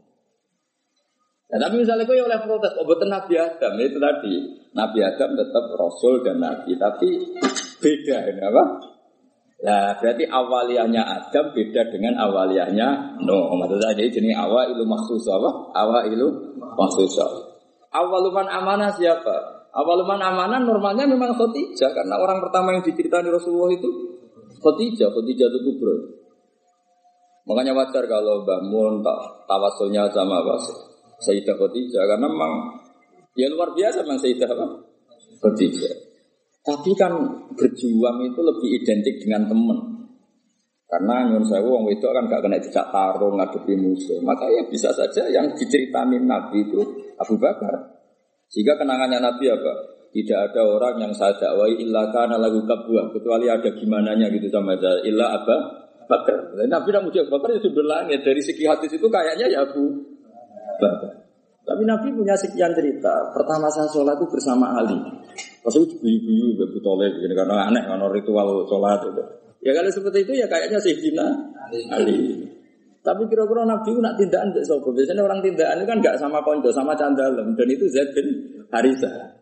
Ya, tapi misalnya kau oleh protes obotan Nabi Adam itu tadi Nabi Adam tetap rasul dan nabi tapi beda ini apa? Nah berarti awaliyahnya Adam beda dengan awaliyahnya no. Maksudnya jadi jenis awailu maksus apa? Awailu maksus. Awaluman amanah siapa? Awaluman amanah normalnya memang Khadijah karena orang pertama yang diceritakan di Rasulullah itu Khadijah itu kubro. Makanya wajar kalau Mbah Mun tawasulnya sama Sayyidah Khadijah karena memang ya luar biasa memang Sayyidah Khadijah. Tapi kan berjuang itu lebih identik dengan teman. Karena nyuwun sewu wong wedok kan gak kena dijak tarung ngadepi musuh. Maka ya bisa saja yang diceritain Nabi itu Abu Bakar. Sehingga kenangannya Nabi apa? Tidak ada orang yang saya dakwai illa kana lahu kabwa kecuali ada gimananya gitu sama saya illa Abu Bakar. Nabi nak muji Abu Bakar itu berlangit dari segi hadis itu kayaknya ya Abu Bakar. Tapi Nabi punya sekian cerita. Pertama saya sholat itu bersama Ali. Pas itu guyu-guyu Abu Thalib karena aneh karena ritual sholat itu. Ya kalau seperti itu ya kayaknya Sayyidina Ali. Tapi kira-kira Nabi itu nak tindakan tidak sobo. Biasanya orang tindakan itu kan enggak sama konco, sama candalem. Dan itu Zaid bin Harithah.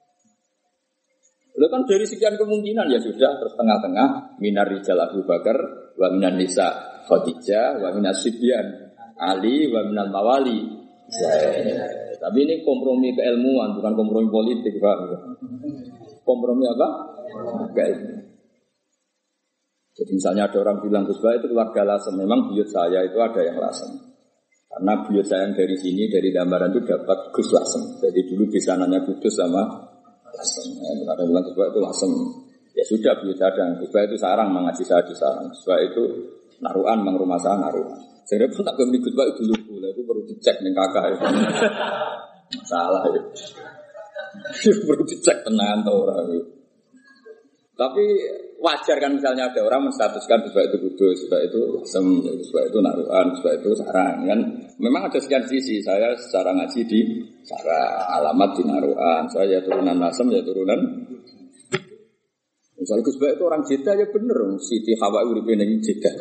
Lalu kan dari sekian kemungkinan ya sudah terus tengah-tengah minar rijal Abu Bakar wa minan nisa Khadijah wa minas sibyan Ali wa minal mawali. Tapi ini kompromi keilmuan bukan kompromi politik, Pak. Kompromi apa? Keilmuan. Jadi misalnya ada orang bilang Gus Bah itu keluarga Lasem, memang buyut saya itu ada yang Lasem. Karena buyut saya yang dari sini dari gambaran itu dapat Gus Lasem. Jadi dulu bisananya Kudus sama Lasem, ada bilang Gus Bah itu Lasem. Ya sudah beliau cadang. Gus Bah itu sarang mengaji saya di sarang. Gus Bah itu naruhan mang rumah saya naruhan. Saya pun tak kembali Gus Bah itu dulu. Itu perlu dicek nih kakak itu. Masalah itu. Perlu dicek tenang atau orang itu. Tapi wajar kan misalnya ada orang menstatuskan Gus Bah itu Kudus, Gus Bah itu Lasem, Gus Bah itu naruhan, Gus Bah itu sarang kan. Memang ada sekian sisi. Saya secara ngaji di sarang, alamat di naruhan. Saya ya turunan Lasem, ya turunan. Misalnya Gus Bah itu orang Jeddah ya bener, Siti Hawa uripe ning Jeddah.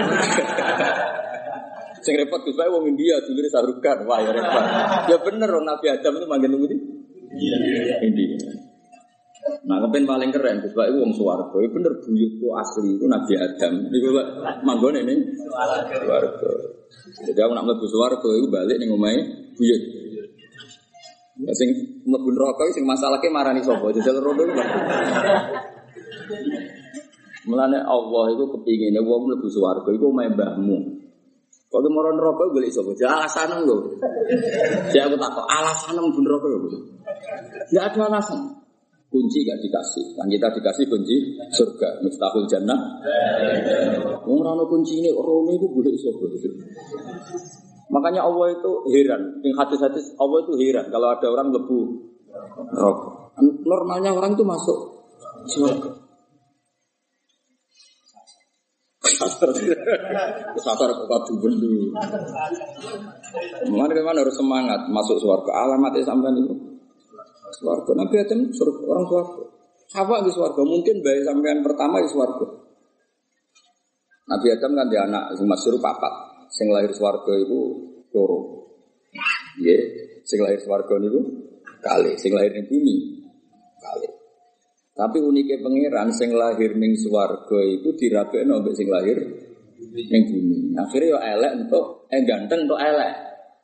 Sing repot Gus Bah wong India dulure Sarukan, wah ya repot. Ya bener Nabi Adam itu manggen nunggu di India. Nah, kepen paling keren Gus Bah itu wong swarga. Ya bener buyutku asli itu Nabi Adam. Iku manggone ning swarga. Jadi aku nak mlebu swarga iku balik ning omahe buyut. Sing mlebu neraka sing masalahke marani sapa? Jajal rondo iku. Mulane Allah itu kepingine wong mlebu swarga iku omahe mbahmu. Kok moro neraka golek sapa? Alasan lho. Ya aku takok alasan mlebu neraka yo. Enggak ada alasan. Kunci gak dikasih. Kan kita dikasih kunci surga, miftahul jannah. Wong ora ono kuncine, rone iku golek sapa? Makanya Allah itu heran. Ing hadis-hadis Allah itu heran kalau ada orang mlebu neraka. Normalnya orang itu masuk surga. Sabar kok kadu bendu. Mana harus semangat masuk surga. Alamatnya sampean itu surga. Nabi Adam surga, orang surga. Hawa di surga. Mungkin bayi sampean pertama di surga. Nabi Adam kan dia anak sing masyhur papat. Sing lahir surga itu loro. Nggih, sing lahir surga niku kali, sing lahir ning bumi kali. Tapi uniknya pangeran sing lahir ning swarga itu dirabekno mbek sing lahir ning bumi. Akhirnya yo elek entuk ganteng entuk elek.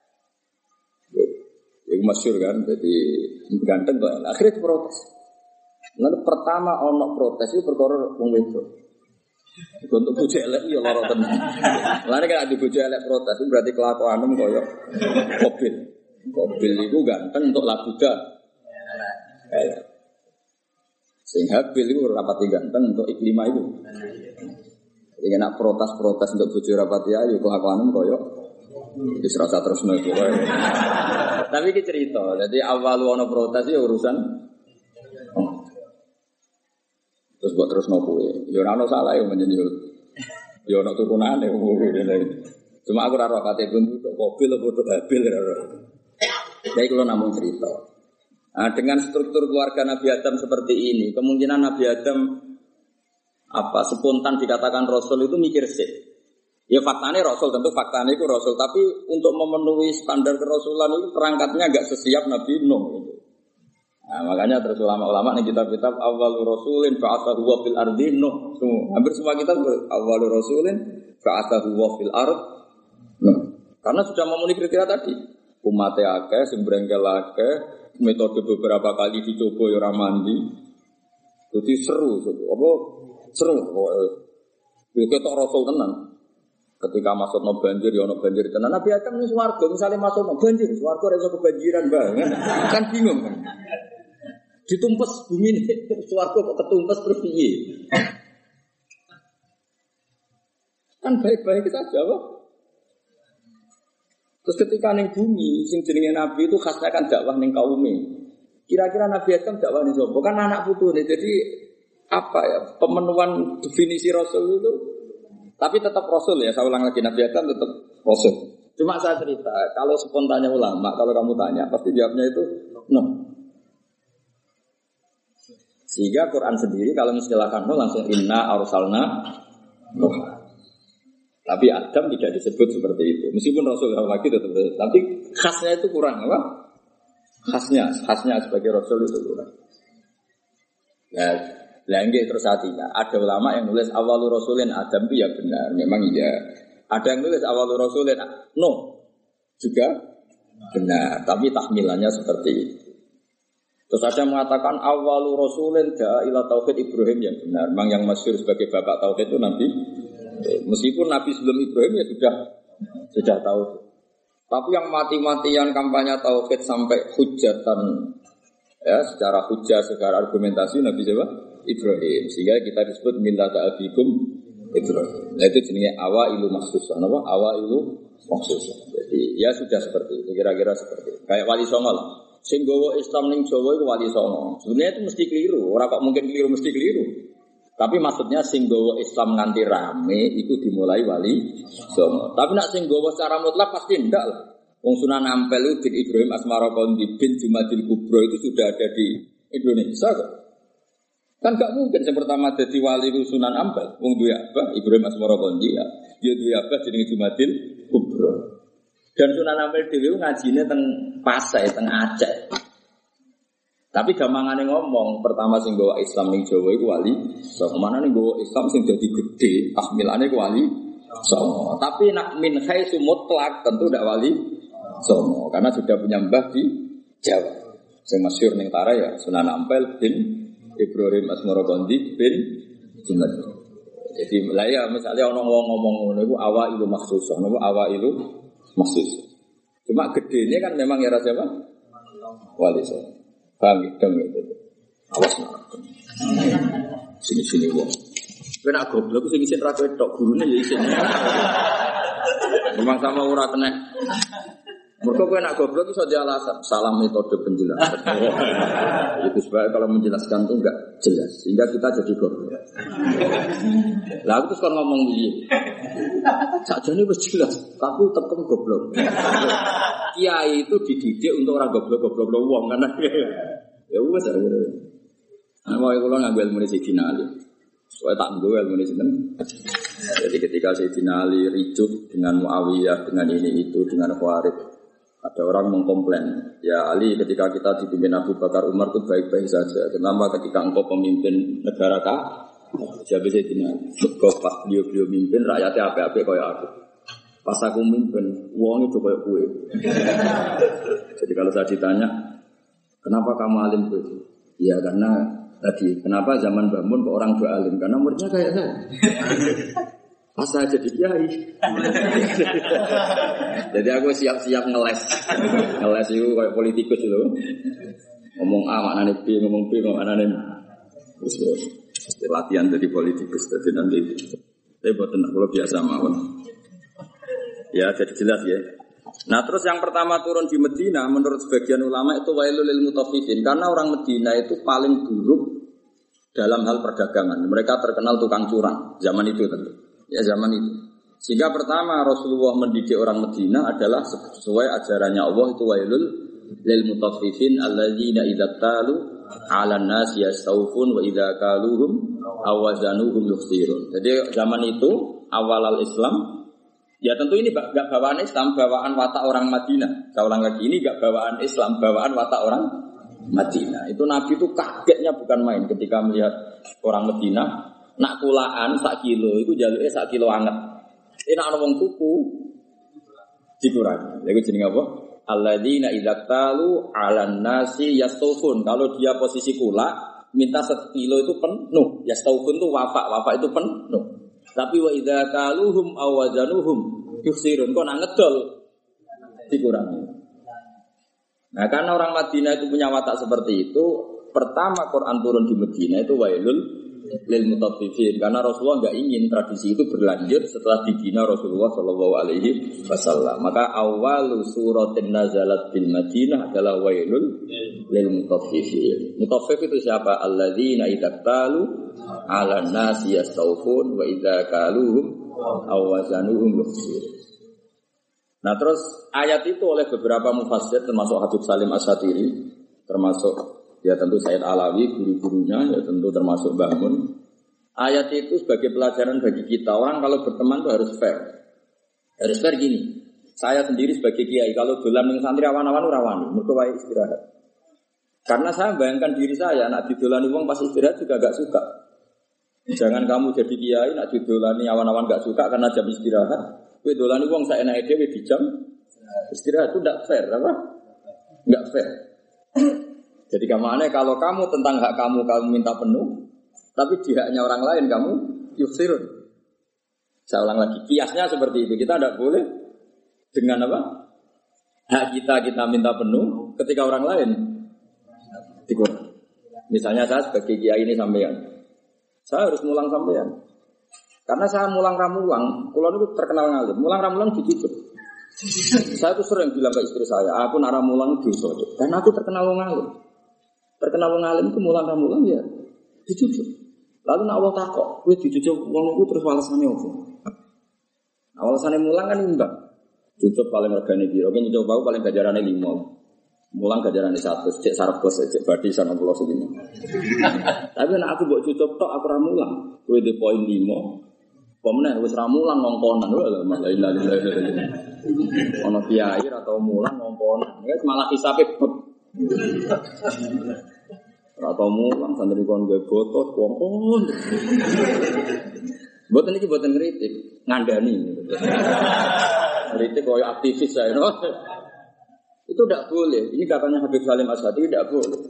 Iku masyhur kan, jadi ganteng kok elek. Akhirnya diprotes. Lalu pertama ono protes itu perkara wong wedok. Untuk bojo elek ya lara tenan. Lane kan ade bojo elek protes itu berarti kelakuanem koyo Qabil. Qabil iku ganteng untuk labuda. Elek. Sing Habil iku rapati ganteng untuk Iklimah itu. Jadi nak protes-protes untuk bojo rapati ayu kelakuanem koyo wis rasa terus nek kowe. Tapi iki cerita. Jadi awal ono protes ya urusan terus buat terus nopo ya ora ono salah ya menyenyut ya ono turunane cuma aku ora ro kate buntu tok mobil apa tok Habil ora. Jadi kalau namun cerita. Nah, dengan struktur keluarga Nabi Adam seperti ini, kemungkinan Nabi Adam spontan dikatakan Rasul itu mikir sih. Ya faktanya Rasul, tentu faktanya itu Rasul, tapi untuk memenuhi standar kerasulan itu perangkatnya agak sesiap Nabi Nuh gitu. Nah, makanya terus ulama-ulama nih kitab-kitab awal rasulin fa'athahu wa fil ardi Nuh. Hampir semua kitab awal rasulin fa'athahu wa fil ard Nuh. Karena sudah memenuhi kriteria tadi. Umatnya akeh, sembrengkel akeh, metode beberapa kali dicoba ya ora mandi. Jadi seru. Ketok Rasul tenan. Ketika masuk no banjir, ya no banjir tenan. Nabi Adam ini swarga, misalnya masuk no banjir, swarga rasa kebanjiran banget. Kan bingung kan. Ditumpes bumi ini, swarga kok ketumpes terus piye? Kan baik-baik saja, Pak. Terus ketika ning bumi, sing jenenge Nabi itu khasnya kan dakwah ning kaume. Kira-kira Nabi Adam dakwah ning sapa? Kan anak putune. Jadi pemenuhan definisi Rasul itu. Tapi tetap Rasul ya, saya ulang lagi Nabi Adam tetap Rasul. Cuma saya cerita, kalau spontannya ulama, kalau kamu tanya, pasti jawabnya itu no. Sehingga Quran sendiri kalau mengistilahkan no langsung inna arsalna Nuh. Tapi Adam tidak disebut seperti itu. Meskipun Rasul lagi tetap, tapi khasnya itu kurang apa? Khasnya sebagai Rasul itu kurang. Ya. Lagi terus hatinya. Ada ulama yang nulis awalul rasulin Adam itu ya benar, memang iya. Ada yang nulis awalul rasulin no juga benar, tapi tahmilannya seperti itu. Terus ada yang mengatakan awalul rasulin ila tauhid Ibrahim yang benar. Memang yang masyhur sebagai bapak tauhid itu Nabi. Meskipun Nabi sebelum Ibrahim ya sudah tauhid. Tapi yang mati-matian kampanye tauhid sampai hujatan ya secara hujah, secara argumentasi Nabi siapa? Ibrahim, sehingga kita disebut millata abikum Ibrahim. Nah itu jenisnya awailu maksusah. Apa? Awailu maksusah. Jadi ya sudah seperti itu, kira-kira seperti itu. Kayak Wali Songo lah. Sing gawa Islam ning Jawa itu Wali Songo. Sebenarnya itu mesti keliru. Ora kok mungkin keliru mesti keliru. Tapi maksudnya sing gawa Islam nganti rame itu dimulai Wali Songo. Tapi nak sing gawa secara mutlak pasti ndak lah. Wong Sunan Ampel bin Ibrahim Asmara Kondi bin Jumadil Kubro itu sudah ada di Indonesia kok. Kan gak mungkin yang pertama jadi wali Sunan Ampel. Wong duwe abah Ibrahim Asmara Kondi ya. Dia duwe abah jenenge Jumadil Kubro. Dan Sunan Ampel dhewe ngajine teng Pasai, teng Aceh. Tapi gampangane ngomong, pertama sing gawa Islam ning Jawa iku wali. So kemana ning gawa Islam sing dadi gede, tahmilane ku wali. So, tapi nak min haitsu mutlak tentu ndak wali. So, karena sudah punya mbah di Jawa. Sing masyhur ning Tara ya Sunan Ampel bin Ibrahim Asmara Kondi bin Jumadil. Jadi ya misalnya orang ngomong ngono iku awailu maksusah, napa awailu maksusah. Cuma gedenya kan memang ya siapa? Wali saya. Paham gitu. Awas nak. Sini wong. Kowe nak goblok sing isin ra kowe tok gurune ya isin. Memang sama ora kena. Mereka kowe nak goblok iso di alasan salah metode penjelasan. Itu sebab kalau menjelaskan itu enggak jelas sehingga kita jadi goblok. Lah aku terus kan ngomong piye? Sakjane wis jelas, tapi tekem goblok. Kiai itu dididik untuk orang goblok-goblok wong kan. Ya wis akhire. Ana wae kula ngambil ilmu Sayyidina Ali. Soale tak nggo ilmu sinten. Jadi ketika Sayyidina Ali ricuh dengan Muawiyah dengan ini itu dengan Khawarij Ada orang mengkomplain, ya Ali ketika kita dipimpin Abu Bakar Umar itu baik-baik saja. Kenapa ketika engkau pemimpin negara kah? Jadi saya bilang, kau pas beliau mimpin rakyatnya apa-apa kayak aku. Pas aku mimpin, uang itu kayak kue. Jadi kalau saya ditanya, kenapa kamu alim itu? Ya karena tadi, kenapa zaman Bamun kok orang dua alim? Karena muridnya kayak saya. Pas saya jadi kiai. Jadi aku siap-siap ngeles. Ngeles itu kayak politikus itu. Ngomong A maknanya B, ngomong B maknanya terus latihan jadi politikus. Jadi nanti saya buat tenang kalau biasa mawon. Ya jadi jelas ya. Nah terus yang pertama turun di Medina menurut sebagian ulama itu wailul lil mutaffifin karena orang Medina itu paling buruk dalam hal perdagangan. Mereka terkenal tukang curang zaman itu tentu. Ya zaman itu. Sehingga pertama Rasulullah mendidik orang Medina adalah sesuai ajarannya Allah itu wailul lil mutaffifin alladzina idza talu 'alan nas yastawfun wa idza kaluhum aw wazanuhum yukhsirun. Jadi zaman itu awal al-Islam ya tentu ini enggak bawaan Islam, bawaan watak orang Madinah. Saya ulang lagi ini enggak bawaan Islam, bawaan watak orang Madinah. Itu Nabi itu kagetnya bukan main ketika melihat orang Madinah nak kulaan sak kilo, itu jaluknya sak kilo anget. Ini nak wong tuku dikurangi. Lagu jenenge apa? Alladzina idza talu 'alan nasi yastawfun. Kalau dia posisi kula, minta 1 kilo itu penuh. Yastawfun itu wafa itu penuh. Tapi wa idza kaluhum aw wazanuhum yukhsirun. Kok nak ngedol dikurangi. Nah, karena orang Madinah itu punya watak seperti itu, pertama Quran turun di Madinah itu wailul lil mutaffifin karena Rasulullah enggak ingin tradisi itu berlanjut setelah dibina Rasulullah sallallahu alaihi wasallam. Maka awal suratin nazalat bil Madinah adalah wailul lil mutaffifin. Mutaffif itu siapa? Alladzina idza talu 'alan nasi yastawfun wa idza kaluhum aw wazanuhum yukhsirun. Nah terus ayat itu oleh beberapa mufassir termasuk Habib Salim Asy-Syatiri termasuk ya tentu Said Alawi, guru-gurunya, ya tentu termasuk Bangun. Ayat itu sebagai pelajaran bagi kita. Orang kalau berteman itu harus fair. Harus fair gini. Saya sendiri sebagai kiai, kalau dolan ning santri awan-awan rawani, mergo wae istirahat. Karena saya bayangkan diri saya, nak didolani wong pas istirahat juga gak suka. Jangan kamu jadi kiai, nak didolani awan-awan gak suka karena jam istirahat. Kowe dolani wong sak enake dhewe di jam istirahat itu ndak fair, apa? Enggak fair. Jadi kemana kalau kamu tentang hak kamu minta penuh, tapi di haknya orang lain kamu yuksirun. Saya ulang lagi, kiasnya seperti itu. Kita tidak boleh dengan apa? Hak kita minta penuh, ketika orang lain dikurang. Misalnya saya sebagai kiai ini sampean, saya harus mulang sampean. Karena saya mulang ramulang, kulon itu terkenal ngalim. Mulang ramulang dicucuk. Saya tuh sering bilang ke istri saya, aku nak ramulang dosa. Karena aku terkenal ngalim. Terkenal wong alim itu mulang-mulang ya dicucuk. Lalu nak Allah takok, kowe dicucuk wong iku terus walasane opo? Walasane mulang kan imbang. Cucuk paling regane piro? Ki nyucuk bau paling gajarane 5. Mulang gajarane 100, cek sarep bos cek badi sana kula segini. Tapi nek aku mbok cucuk tok aku ra mulang, kowe di poin 5. Pemenang wis ra mulang ngongkonan lho malah ilaha. Ono kiai atau mulang ngongkonan, wis malah hisabe atau mulang santri kon gawe botot wong-wong. Mboten iki mboten kritik, ngandani. Kritik koyo aktivis saya, no? Itu tidak boleh. Ini katanya Habib Salim Asy-Syatiri tidak boleh.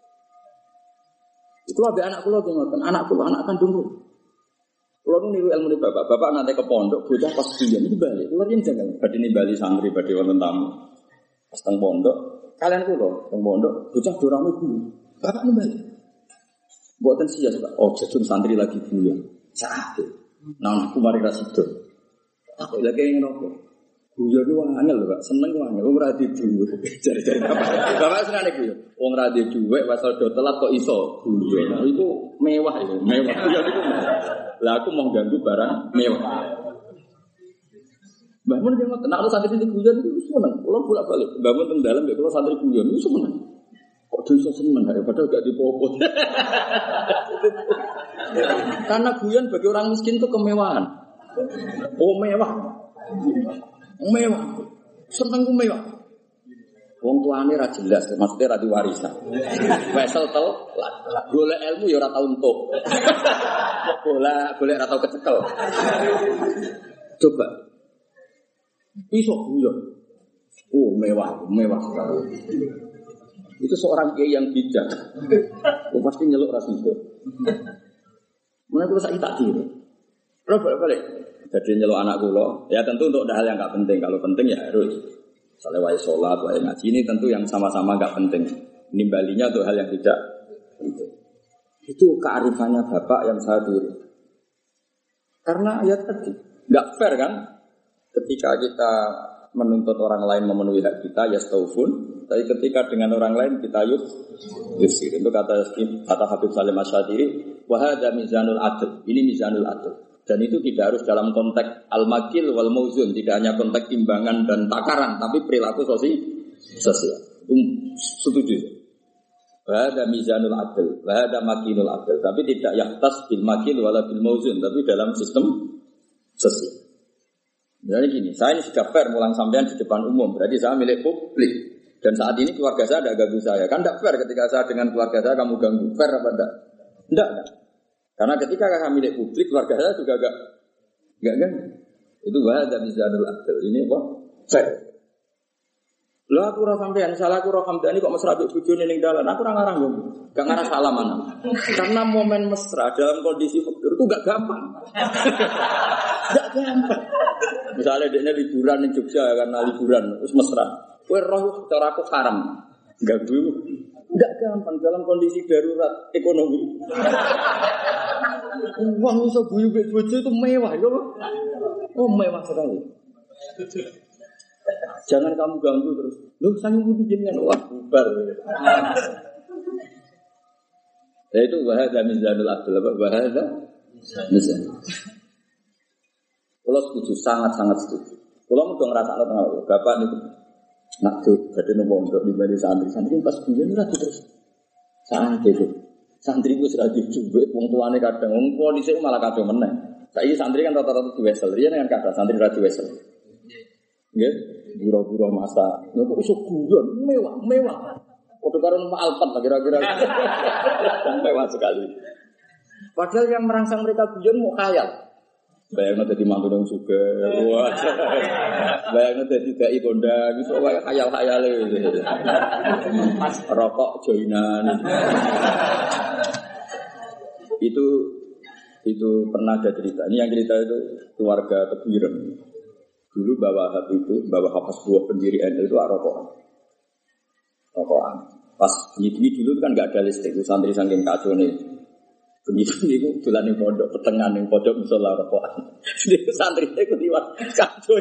Itu abe anak kula ngoten, anak kandungku. Kula niru ilmu ni bapak nanti ke pondok, bocah pas biyen iki bali. Kula yen jangan badhe nimbali santri badhe wonten tamu. Pas teng pondok kalian kulo, teng pondok, bocah dorame guru. Bapak nimbali. Mboten sia Pak. Oh, jajun santri lagi guyon. Sakit. Nah, aku mari ra sido. Aku lagi ngerokok. Guyon ku angel lho, Pak. Seneng ku angel. Wong ra di dhuwit. Jare-jare bapak. Bapak senane guyon. Wong ra di dhuwit wasal do telat kok iso guyon. Nah, itu mewah itu, mewah. Guyon itu. Lah aku mau ganggu barang mewah. Mbah mun dia ngoten, nek santri itu guyon itu seneng. Kula bolak-balik, mbah mun teng dalem nek kula santri guyon itu seneng. Kok bisa seneng daripada gak dipopot. Karena guyon bagi orang miskin itu kemewahan. Oh mewah. Mewah. Seneng ku mewah. Wong tuane ra jelas, maksudnya ra diwarisan. Wesel golek ilmu ya ora tau entuk. Golek ra tau kecekel. Coba. Iso guyon. Mewah sekali. Itu seorang kiai yang bijak. Pasti nyeluk ras itu. Mulai kalau saya tak tiru. Balik. Jadi nyeluk anak kula, ya tentu untuk hal yang enggak penting. Kalau penting ya harus. Misalnya wae sholat, wae ngaji ini tentu yang sama-sama enggak penting. Nimbalinya tuh hal yang tidak penting. Itu kearifannya Bapak yang saya tiru. Karena ya tadi enggak fair kan? Ketika kita menuntut orang lain memenuhi hak kita, ya staufun. Tapi ketika dengan orang lain kita yusir. Itu kata Habib Salim Asy'adiri, wa hadza mizanul adl. Ini mizanul adl. Dan itu tidak harus dalam konteks al-makil wal mauzun, tidak hanya konteks timbangan dan takaran, tapi perilaku sosial. Setuju. Wa hadza mizanul adl, wa hadza makinul adl. Tapi tidak yahtas bil makil wala bil mauzun, tapi dalam sistem sosial. Jadi gini, saya ini sudah fair mulang sampean di depan umum, berarti saya milik publik. Dan saat ini keluarga saya tidak ganggu saya. Kan tidak fair ketika saya dengan keluarga saya kamu ganggu. Fair apa tidak? Tidak. Karena ketika saya milik publik, keluarga saya juga enggak ganggu. Itu wahada mizanul adl. Ini apa? Fair. Loh aku ora sampean, salah aku ora hamdani kok mesra mbek bojone ning dalan. Aku ora ngarang yo. Enggak ngarang salaman. Karena momen mesra dalam kondisi fakir itu enggak gampang. Enggak gampang. Misalnya dia liburan di Jogja karena liburan terus mesra. Kowe roh cara aku haram. Ganggu. Enggak gampang dalam kondisi darurat ekonomi. Uang iso guyu mbek bojo itu mewah ya. Oh, mewah sekali. Jangan kamu ganggu terus. Loh, sangu kudu jenengan wah bubar. Ya itu wahada mizanul adl, wahada mizan. Kalau setuju, sangat-sangat setuju. Kalau mau ngerasa tengah bapak niku nak tuh badhe nopo ndok dibali santri pas biyen ora terus. Santri itu. Santri ku sudah dijumbek wong tuane kadang wong tuwa dhisik malah kadang meneh. Saiki santri kan rata-rata duwesel, riyen kan kadang santri ra duwesel. Nggih, buru-buru masa. Niku iso guyon mewah. Padha karo Alphard kira-kira. Mewah sekali. Padahal yang merangsang mereka guyon mau khayal. Bayangnya jadi mantu dong juga, wah. Bayangnya jadi dai kondang, itu kayak khayal-khayal itu. Rokok joinan. Itu pernah ada cerita. Ini yang cerita itu keluarga Tebuireng. Dulu bawa Hafiz buah pendiri NU itu rokokan. Pas bunyi dulu kan nggak ada listrik, santri saking kacau nih. Begitu niku dolan ning pondok, petengan ning pondok musala rokokan. Niku santri iku liwat kacau.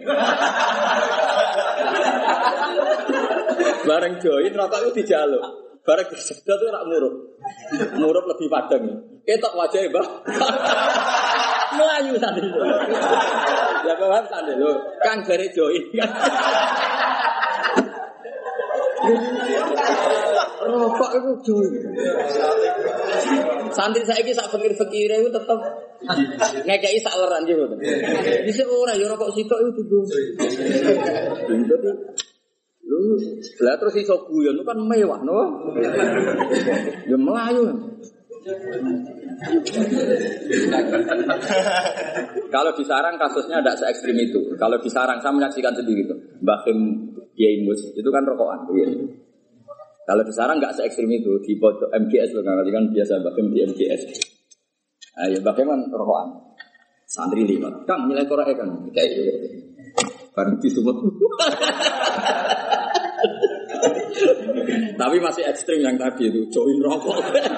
Bareng join rokok itu dijaluk. Bareng disedot itu rak murup lebih padang. Ketok wajahe, Mbah. Melayu santri. Ya paham santri lho, kan jare join kan. Rokok itu join. Santri saiki sak fakir-fakire itu tetep ngekeki sak leran yo. Dhisik ora ya rokok sitok itu tuh. Lu lah terus iso guyon kan mewah no. Ya melayu. Kalau di Sarang kasusnya tidak se-ekstrim itu. Kalau di Sarang saya menyaksikan sendiri itu. Mbah Kim Kiai Mus itu kan rokokan. Ya. Kalau di Sarang nggak se-ekstrim itu di pojok MGS loh kan biasa Mbah Kim di MGS. Ayo Mbah Kim kan rokokan. Santri 5. Kang nilai korek kan kayak gitu. Bareng disebut. Tapi masih ekstrim yang tadi itu join rokok.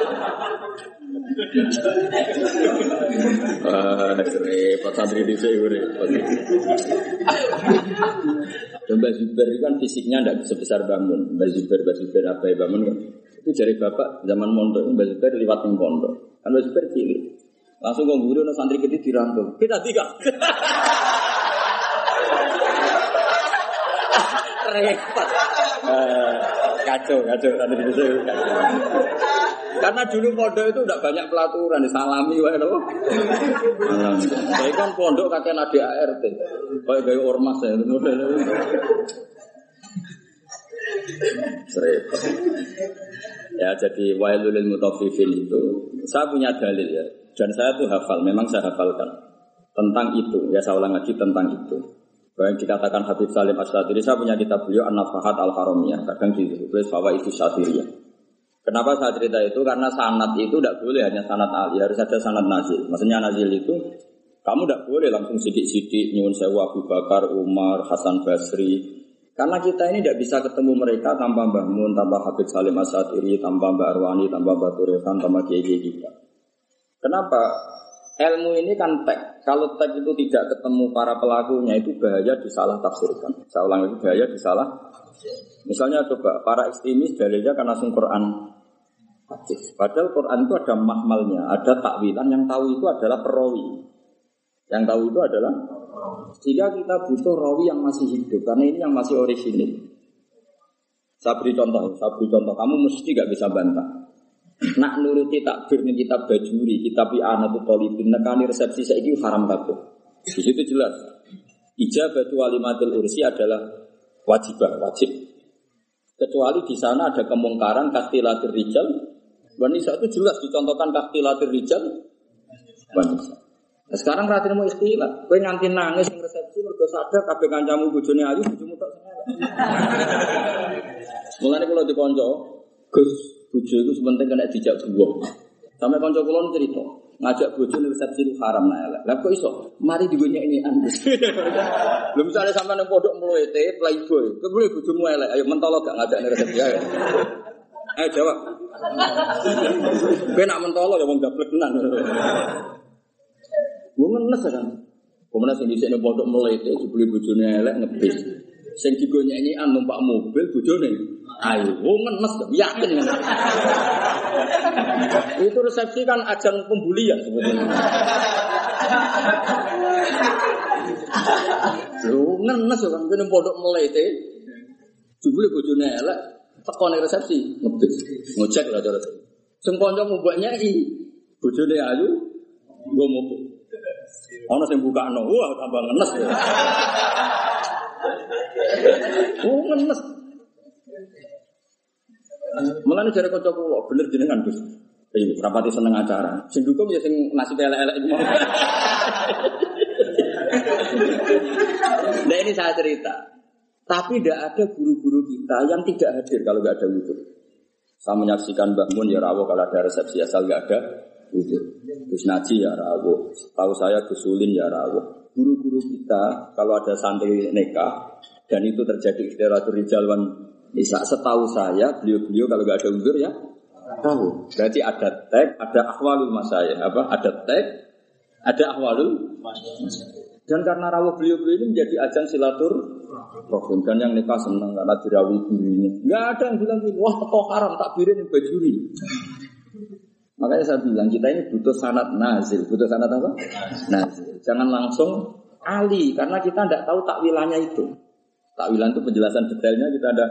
Repot santri di sini. Mbak Zubair itu kan fisiknya tidak sebesar Bangun. Mbak Zubair apa ya Bangun kan? Itu dari bapak zaman mondok Mbak Zubair liwat di pondok. Kan Mbak Zubair cilik. Langsung kau guru santri kita dirangkul. Kita tiga. Repot. Kacau santri di sini. Karena dulu pondok itu tidak banyak pelaturan, disalami wae lho. Saya kan pondok kakek Nadia ART. Kayak gaya ormas ya model. Serempet. Ya jadi wailul lil mutaffifin itu saya punya dalil ya dan saya tuh hafal, memang saya hafalkan tentang itu. Ya saya ulang lagi tentang itu. Yang dikatakan Habib Salim As-Satiri, saya punya kitab beliau An-Nafahat Al-Haramiyah, kadang ditulis bahwa itu Satiriyah. Kenapa saya cerita itu? Karena sanad itu tidak boleh hanya sanad Ali, harus ada sanad nazil. Maksudnya nazil itu kamu tidak boleh langsung sidik-sidik nyuwun sewu Abu Bakar, Umar, Hasan Basri. Karena kita ini tidak bisa ketemu mereka tanpa Mbah Mun, tanpa Habib Salim As-Satiri, tanpa Mbak Arwani, tanpa Mbak Turekan, tanpa kiai-kiai kita. Kenapa? Ilmu ini kan teks. Kalau teks itu tidak ketemu para pelakunya itu bahaya disalah tafsirkan. Saya ulang lagi, bahaya disalah. Misalnya coba para ekstremis dalilnya kan langsung Quran hadis. Padahal Quran itu ada mahmalnya, ada takwilan. Yang tahu itu adalah perawi. Yang tahu itu adalah jika kita butuh rawi yang masih hidup, karena ini yang masih orisinil. Saya beri contoh. Kamu mesti gak bisa bantah. Nak nuruti takbir nih kitab Bajuri, kitab I'anatul Talibin, nekani resepsi saiki haram kabeh. Di situ jelas. Ijabatu walimatul ursi adalah wajib. Kecuali di sana ada kemungkaran kastilatir rijal, wanita itu jelas dicontohkan kastilatir rijal, wanita. Nah, sekarang ratin mau istilah, kowe nganti nangis ning resepsi mergo sadar kabeh kancamu bojone ayu, bojomu tok sing elek. Mulane kula dikonco, Gus, bojo itu sepenting kena dijak buah. Sampai kanca kula cerita, ngajak bojo ning resepsi itu haram nah elek. Lah kok iso? Mari digonyek-nyekan. Lha misale sampean ning pondok mluwete playboy, kebule bojomu elek, ayo mentolo gak ngajak ning resepsi ayo. Ayo jawab. Kowe nak mentolo ya wong gablek tenan. Wong ngenes kan. Pemenang sing dhisik ning pondok mlete dibeli bojone elek ngebis. Sing digonyek-nyekan numpak mobil bojone ayo wong ngenes yakin. Itu resepsi kan ajang pembulian sebetulnya. Lho ngenes kan ning pondok mlete dibeli bojone elek teko ning resepsi ngebis. Ngojek lah cara. Sing kanca mbok nyeki bojone ayu nggo mobil. Ono sing bukakno, wah tambah ngenes. Oh ngenes. Mulane jare kanca kula bener jenengan Gus. Iki rapati seneng acara. Sing dukung ya sing nasib elek-elek iki. Nah ini saya cerita. Tapi tidak ada guru-guru kita yang tidak hadir kalau nggak ada wudhu. Saya menyaksikan Mbak Mun ya rawuh kalau ada resepsi asal nggak ada wudhu. Gus Naji ya rawuh. Tahu saya Gus Ulin ya rawuh. Guru-guru kita kalau ada santri nikah dan itu terjadi istirahat rijal wan nisa, setahu saya beliau-beliau kalau nggak ada uzur ya tahu. Berarti ada tag, ada ahwalul masyayikh, ada tag, ada ahwalul masyayikh. Dan karena rawuh beliau-beliau ini menjadi ajang silaturahim dan yang nikah senang karena dirawi gurunya. Nggak ada yang bilang wah teko haram takbirin yang bajuri. Makanya saya bilang kita ini butuh sanad nazil. Butuh sanad apa? Nazil. Jangan langsung ali karena kita tidak tahu takwilannya itu. Takwilan itu penjelasan detailnya kita ada.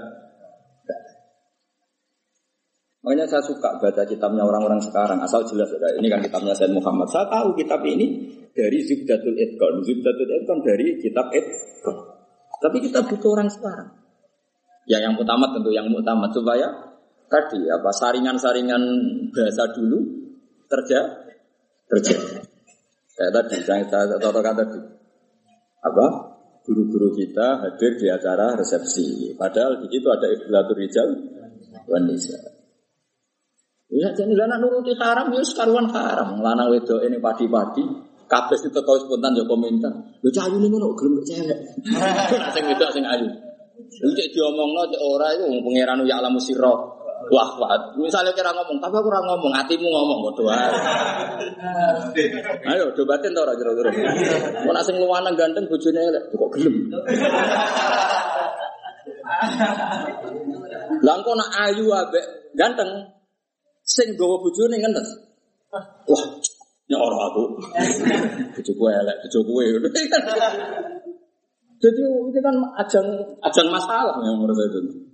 Makanya saya suka baca kitabnya orang-orang sekarang asal jelas ya. Ini kan kitabnya Said Muhammad. Saya tahu kitab ini dari Zubdatul Itqan. Zubdatul Itqan dari kitab Itqan. Tapi kita butuh orang sekarang. Ya yang utama tentu yang utama supaya tadi saringan-saringan bahasa dulu terjadi. Kayak tadi saya contohkan tadi. Guru-guru kita hadir di acara resepsi. Padahal di situ ada Ikhtilatul Rijal wan Nisa. Ya jadi anak nuruti haram ya sekaruan haram. Lanang wedok ini padi-padi kabeh itu teko spontan yo komentar. Lho cah ayu ngono gelem cewek. Sing wedok sing ayu. Cek diomongno cek ora iku wong pangeran ya alamu sirra. Wah, misalnya kira ngomong, tapi aku ora ngomong, hatimu ngomong kok doa. Ayo debatin to ora kira-kira. Mun sing luwanang ganteng bojone elek kok gelem. Lah engko nak ayu ambek ganteng sing gawa bojone ngenes. Wah, ya ora aku. Bojoku elek, bojoku ngono. Jadi itu kan ajang masalah yang menurut saya itu.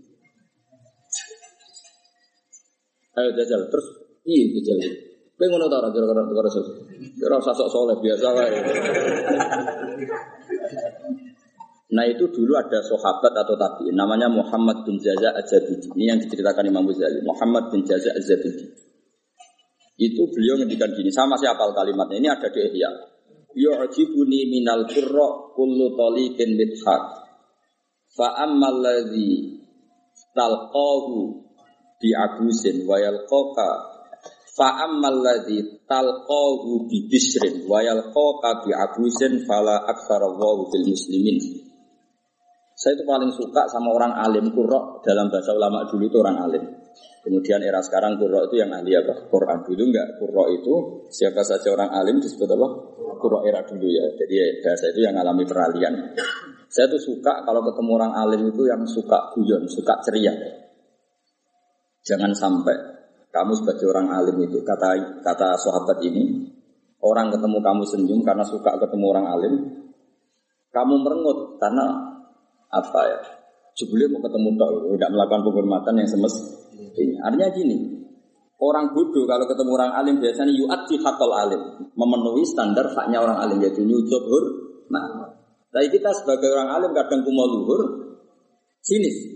Ayo jajal terus iya jajal. Kowe ngono ta ora kira-kira ora usah sok saleh biasa wae. Nah itu dulu ada sahabat atau tabi'in namanya Muhammad bin Jaza' Az-Zabidi. Ini yang diceritakan Imam Ghazali. Muhammad bin Jaza' Az-Zabidi. Itu beliau ngendikan gini, sama masih hafal kalimatnya. Ini ada di Ihya. Yu'jibuni minal qurra kullu taliqin midhaq. Fa ammal ladzi talqahu bi abusin wa yalqaka fa ammal ladzi talqahu bi bisrin wa yalqaka bi abusin fala aktsarallahu bil muslimin. Saya itu paling suka sama orang alim. Qurra dalam bahasa ulama dulu itu orang alim. Kemudian era sekarang qurra itu yang ahli apa? Quran. Dulu enggak, qurra itu siapa saja orang alim disebut apa? Qurra era dulu ya. Jadi bahasa itu yang alami peralihan. Saya tuh suka kalau ketemu orang alim itu yang suka guyon, suka ceria. Jangan sampai kamu sebagai orang alim itu, kata sahabat ini, orang ketemu kamu senyum karena suka ketemu orang alim, kamu merengut karena apa ya? Jebule mau ketemu tok, tidak melakukan penghormatan yang semestinya. Artinya gini, orang bodoh kalau ketemu orang alim biasanya yu'addi haqqal alim, memenuhi standar haknya orang alim yaitu nyucuk hormat. Tapi kita sebagai orang alim kadang kumo luhur, sinis.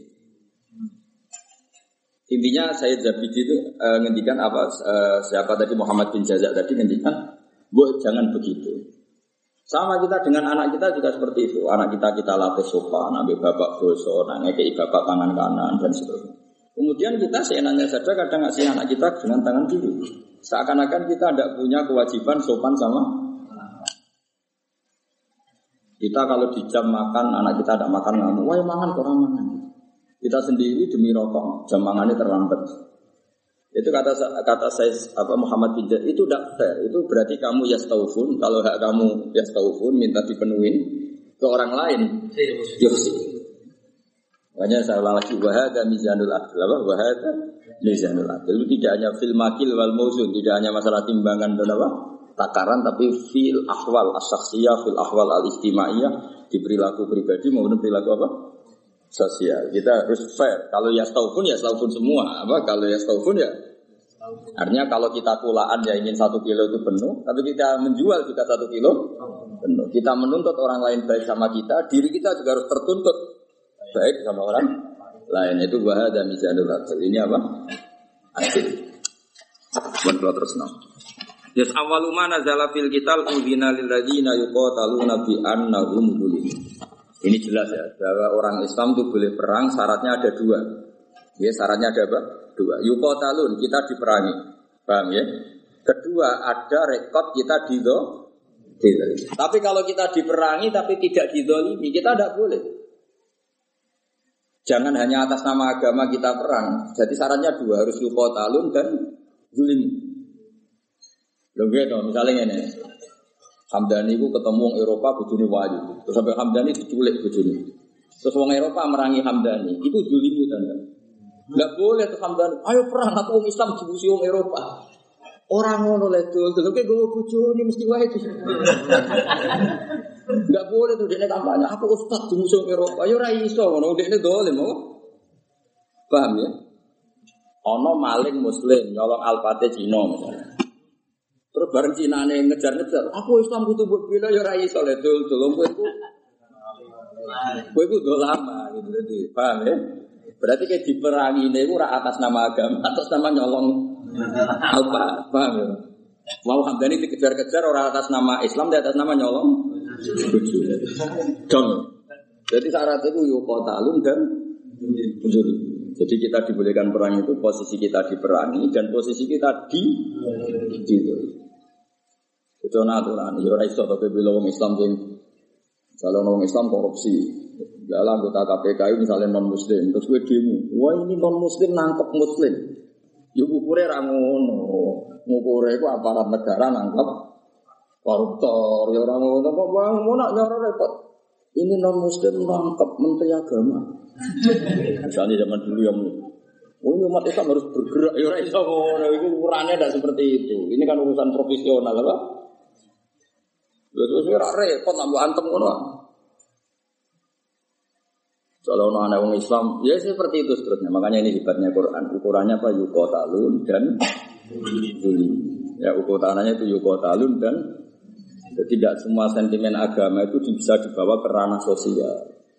Intinya Sayyid Zabidi itu ngendikan apa? Siapa tadi Muhammad bin Jaza' tadi ngendikan, jangan begitu. Sama kita dengan anak kita juga seperti itu. Anak kita latih sopan, ambil bapak boso, ngekei bapak tangan kanan dan seterusnya. Kemudian kita seenaknya saja kadang ngasih anak kita dengan tangan kiri. Seakan-akan kita tidak punya kewajiban sopan sama kita. Kalau di jam makan, anak kita tidak makan ngamuk, wah mangan kurang mangan. Kita sendiri demi rokok, jam makannya terlambat. Itu kata saya Muhammad bin Jaza, itu tidak fair. Itu berarti kamu yastaufun. Kalau hak kamu yastaufun, minta dipenuhin ke orang lain. Yuksi. Makanya saya ulang lagi, wahada mizanul adl. Wahada mizanul adl. Itu tidak hanya fil makil wal mauzun, tidak hanya masalah timbangan dan takaran, tapi fil ahwal as-syakhsiyah, fil ahwal al-istimaiyah, di perilaku pribadi maupun perilaku apa? Sosial. Kita harus fair. Kalau yastaufun semua. Kalau yastaufun ya. Artinya kalau kita kulaan ya ingin 1 kilo itu penuh, tapi kita menjual juga 1 kilo penuh. Kita menuntut orang lain baik sama kita, diri kita juga harus tertuntut baik sama orang lain. Itu wahada mizanul adl. Ini apa? Adil. Buat terus nah. Yas awaluma nazala fil qital udhina lil ladzina yuqataluna bi annahum zulim. Ini jelas ya, bahwa orang Islam itu boleh perang, syaratnya ada 2. Ya, syaratnya ada apa? 2. Yuqatalun, kita diperangi. Paham ya? Kedua, ada rekod kita didolimi. Tapi kalau kita diperangi tapi tidak didolimi, kita tidak boleh. Jangan hanya atas nama agama kita perang. Jadi syaratnya 2, harus yuqatalun dan zulim. Lho gitu, misalnya ini Hamdani itu ketemu orang Eropa bojone wayu. Terus sampai Hamdani diculik bojone. Terus orang Eropa merangi Hamdani, itu zulimu tanda. Enggak boleh tuh Hamdani, ayo perang aku orang Islam dibusi orang Eropa. Orang ngono le dul, terus kowe gowo bojone mesti wae itu. Enggak boleh tuh dekne kampanye, aku ustaz dimusuh orang Eropa. Ya ora iso ngono, dekne dolim kok. Paham ya? Ono maling muslim nyolong Alphate Cina misalnya. Terus bareng Cinane ngejar-ngejar, aku Islam kudu mbok bela ya ora iso le dul kowe iku do lama gitu dadi. Paham ya? Berarti kayak diperangi niku ora atas nama agama, atas nama nyolong apa? Paham ya? Mau Hamdani dikejar-kejar ora atas nama Islam, di atas nama nyolong bojo. Dong. Jadi syarat itu yuqatalun dan zulim. Jadi kita dibolehkan perang itu posisi kita diperangi dan posisi kita di itu aturan. Ya ora iso tapi bila wong Islam sing kalau wong Islam korupsi, dalam anggota KPK misalnya non muslim, terus gue demo, wah ini non muslim nangkep muslim. Yo ukure ra ngono. Ngukure iku aparat negara nangkep koruptor, ya ora ngono kok wong nak nyoro repot. Ini non muslim nangkep menteri agama. Misalnya zaman dulu yang umat Islam harus bergerak, ya ora iso ngono, iku ukurannya tidak seperti itu. Ini kan urusan profesional apa? Terus ora repot nak mbok antem ngono. Kalau anak orang Islam, ya seperti itu seterusnya. Makanya ini hebatnya Quran. Ukurannya apa? Yuqatalun dan zulim. Ya ukurannya itu yuqatalun dan tidak semua sentimen agama itu bisa dibawa ke ranah sosial.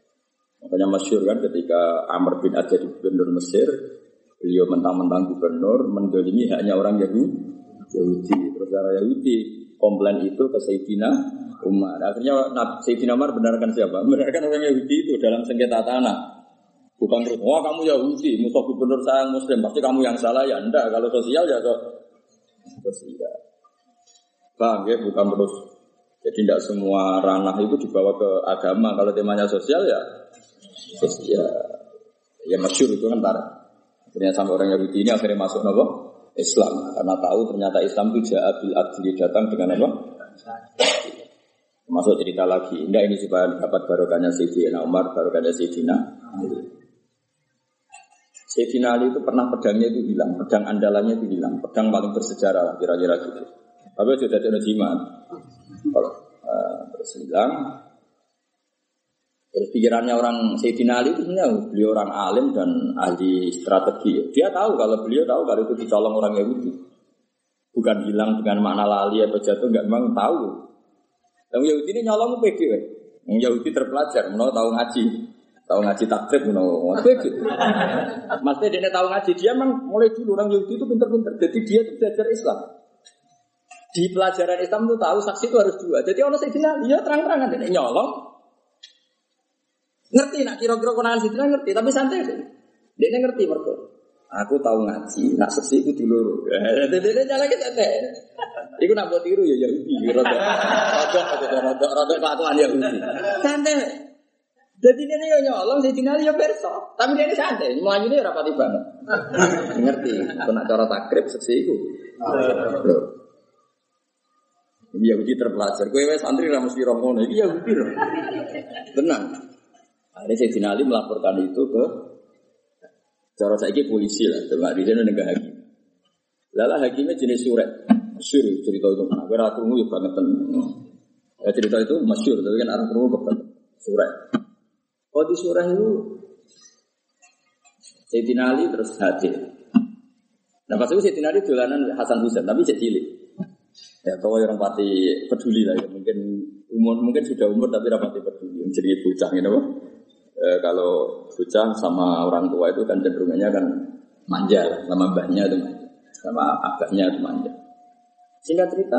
Makanya masyhur kan ketika Amr bin Ad jadi gubernur Mesir, beliau mentang-mentang gubernur mendolimi haknya orang Yahudi. Terus orang Yahudi komplain itu ke Sayyidina Umar. Akhirnya Sayyidina Umar benarkan siapa? Benarkan orang Yahudi itu dalam sengketa tanah. Bukan terus, wah kamu Yahudi, musuh gubernur saya Muslim, pasti kamu yang salah ya. Enggak, kalau sosial ya sosial. Bang, ya bukan terus. Jadi tidak semua ranah itu dibawa ke agama. Kalau temanya sosial ya sosial. Ya masyhur itu kan akhirnya sampai orang Yahudi ini akhirnya masuk apa? Islam. Karena tahu ternyata Islam itu ja'a bil adli, datang dengan apa? Masuk cerita lagi. Enggak, ini supaya dapat barokahnya Sayyidina Umar, barokahnya Sayyidina Ali. Sayyidina Ali itu pernah pedangnya itu hilang, pedang andalannya itu hilang, pedang paling bersejarah lah kira-kira gitu. Tapi sudah ada jimat. Kalau terus hilang, terus pikirannya orang Sayyidina Ali itu sebenarnya beliau orang alim dan ahli strategi. Dia tahu kalau beliau tahu kalau itu dicolong orang Yahudi. Bukan hilang dengan makna lali atau jatuh, enggak, memang tahu. Yang Yahudi ini nyolong pede. Yang Yahudi terpelajar, tahu ngaji takrib, pede. Maksudnya dia tahu ngaji, dia memang mulai dulu orang Yahudi itu pinter-pinter. Jadi dia itu belajar Islam. Di pelajaran Islam itu tahu saksi itu harus dua. Jadi orang Sayyidina Ali ya terang-terangan dia nyolong. Ngerti nak kira-kira konangan Sayyidina ngerti, tapi santai deh. Dia ngerti mereka. Aku tahu ngaji, nak seksi itu dulu. Dia jalan kita santai. Iku nak buat tiru ya Yahudi. Rodok kelakuan Yahudi. Santai. Jadi dia nyolong Sayyidina Ali ya perso. Tapi dia santai. Melayu ini rapati banget. Ngerti. Kena cara takrib seksi itu. Yahudi terpelajar. Kowe wis santri ra mesti roh ngono. Iki Yahudi lho. Tenang. Akhirnya Sayyidina Ali melaporkan itu ke cara saiki polisi lah, coba di sana negara hakim. Lala hakimnya jenis surat. Masyhur cerita itu. Aku ora krungu ya banget. Ya cerita itu masyhur, tapi kan orang krungu banget. Surat. Oh di surah itu Sayyidina Ali terus hadir. Nah pas itu Sayyidina Ali dolanan Hasan Husain, tapi cilik. Ya kalau orang pati peduli lah ya, mungkin sudah umur tapi rapati peduli. Jadi bocah gitu apa? Kalau bocah sama orang tua itu kan cenderungannya kan manja lah, sama mbahnya itu manja, sama abahnya itu manja. Singkat cerita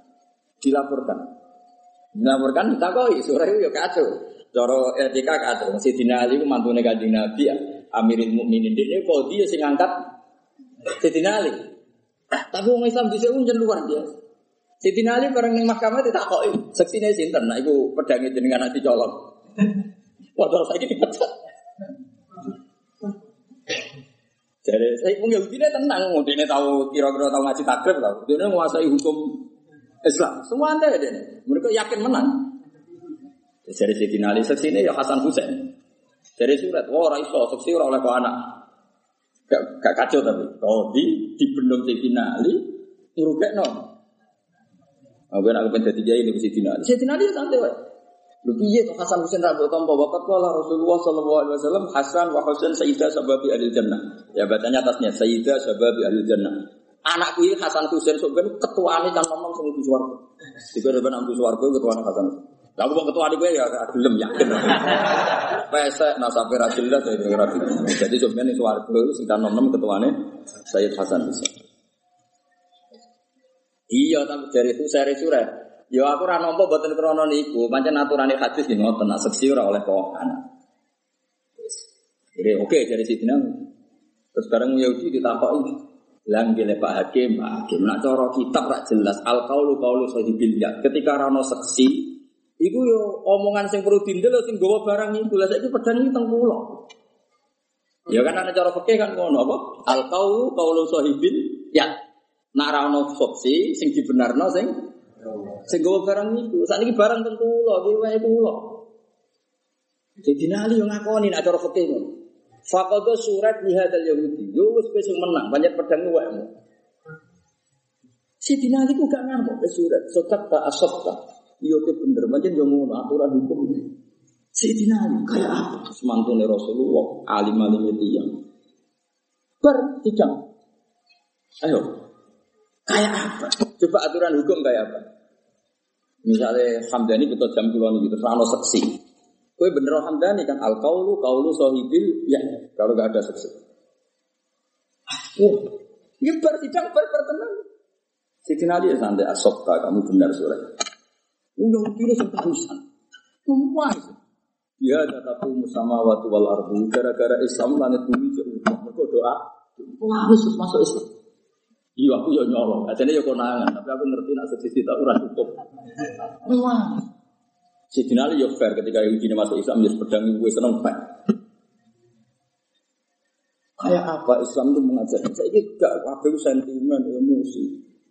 dilaporkan ditakoi surah itu ya kacau. Cara etika kacau. Sayyidina Ali itu mantune Kanjeng Nabi ya, Amirul Mukminin dene kok dia sing ngangkat Sayyidina Ali. Tapi orang Islam bisa unjen luar biasa. Sayyidina Ali bareng ning mahkamah ditakoki, saksine sinten? Nah iku pedange jenengan ati colong. Padahal saiki dipecat. Jadi saya pun Yahudi tenang, dia tahu kira-kira tahu ngaji takrib tahu. Dia menguasai hukum Islam. Semua anda dia. Mereka yakin menang. Jadi Sayyidina Ali saksine ya Hasan Husain. Dari surat, wah raiso saksi ora oleh kok anak. Gak kacau tapi. Oh di bendung Sayyidina Ali ngrugekno. Aku nak kepen dadi kiai nek Sayyidina Ali. Sayyidina Ali santai wae. Lho piye to Hasan Husain ra mbok tampa waqat wala Rasulullah sallallahu alaihi wasallam Hasan wa Husain sayyidah sababi ahli jannah. Ya bacanya atasnya sayyidah sababi ahli jannah. Anakku iki Hasan Husain sok ben ketuane kan nom sing di swarga. Dikira ben ambu swarga ketuane Hasan. Lah kok ketuane kowe ya gelem yakin. Pesek nasabe ra jelas ya kira gitu. Jadi sok ben swarga sing kan nom ketuane Sayyid Hasan Husain. Iya, tapi dari itu saya surat. Ya aku ora nampa mboten krana niku, pancen aturane hadis nggih ngoten, nak seksi ora oleh kok anak. Jadi oke dari Sayyidina. Terus bareng Yahudi ditakoki, "Lah nggih Pak Hakim, nak cara kitab rak jelas al-qaulu qaulu sahibil ya." Ketika ra ono seksi, iku yo omongan sing perlu dindel sing gawa barang iku. Lah saiki pedang iki teng kula. Ya kan ana cara fikih kan ngono apa? Al-qaulu qaulu sahibil ya. Nak ra ono seksi sing dibenarno sing gawa barang itu, saat ini barang tentu kula, wae kula. Jadi nali yang ngakoni nak cara fikih ngono. Faqada surat lihadal Yahudi. Yo wis sing menang, banyak pedang wae. Si dinali ku gak ngamuk surat, sokat ta asofta. Yo ke bener, pancen yo ngono aturan hukum. Si dinali kayak apa? Semantune Rasulullah, alim-alim tiyang. Tidak. Ayo. Kayak apa? Coba aturan hukum kayak apa? Misalnya Hamdani betul jam kulon gitu, rano seksi. Kowe bener Hamdani kan al-qaulu qaulu sahibil ya kalau enggak ada saksi. Ya bersidang bertenang. Sidina Ali santai asokta kamu benar sore. Undang kira separusan. Semua itu. Ya tatapu musamawati wal ardu gara-gara Islam langit bumi jauh. Mergo doa harus masuk Islam. Iya aku yo nyolong, ajane yo konangan, tapi aku ngerti nak sedih tak ora cukup. Wah. Sidina Ali yo fair ketika Yahudi masuk Islam ya pedang gue seneng pak. Kayak apa Islam itu mengajar? Saya ini gak kabeh sentimen, emosi.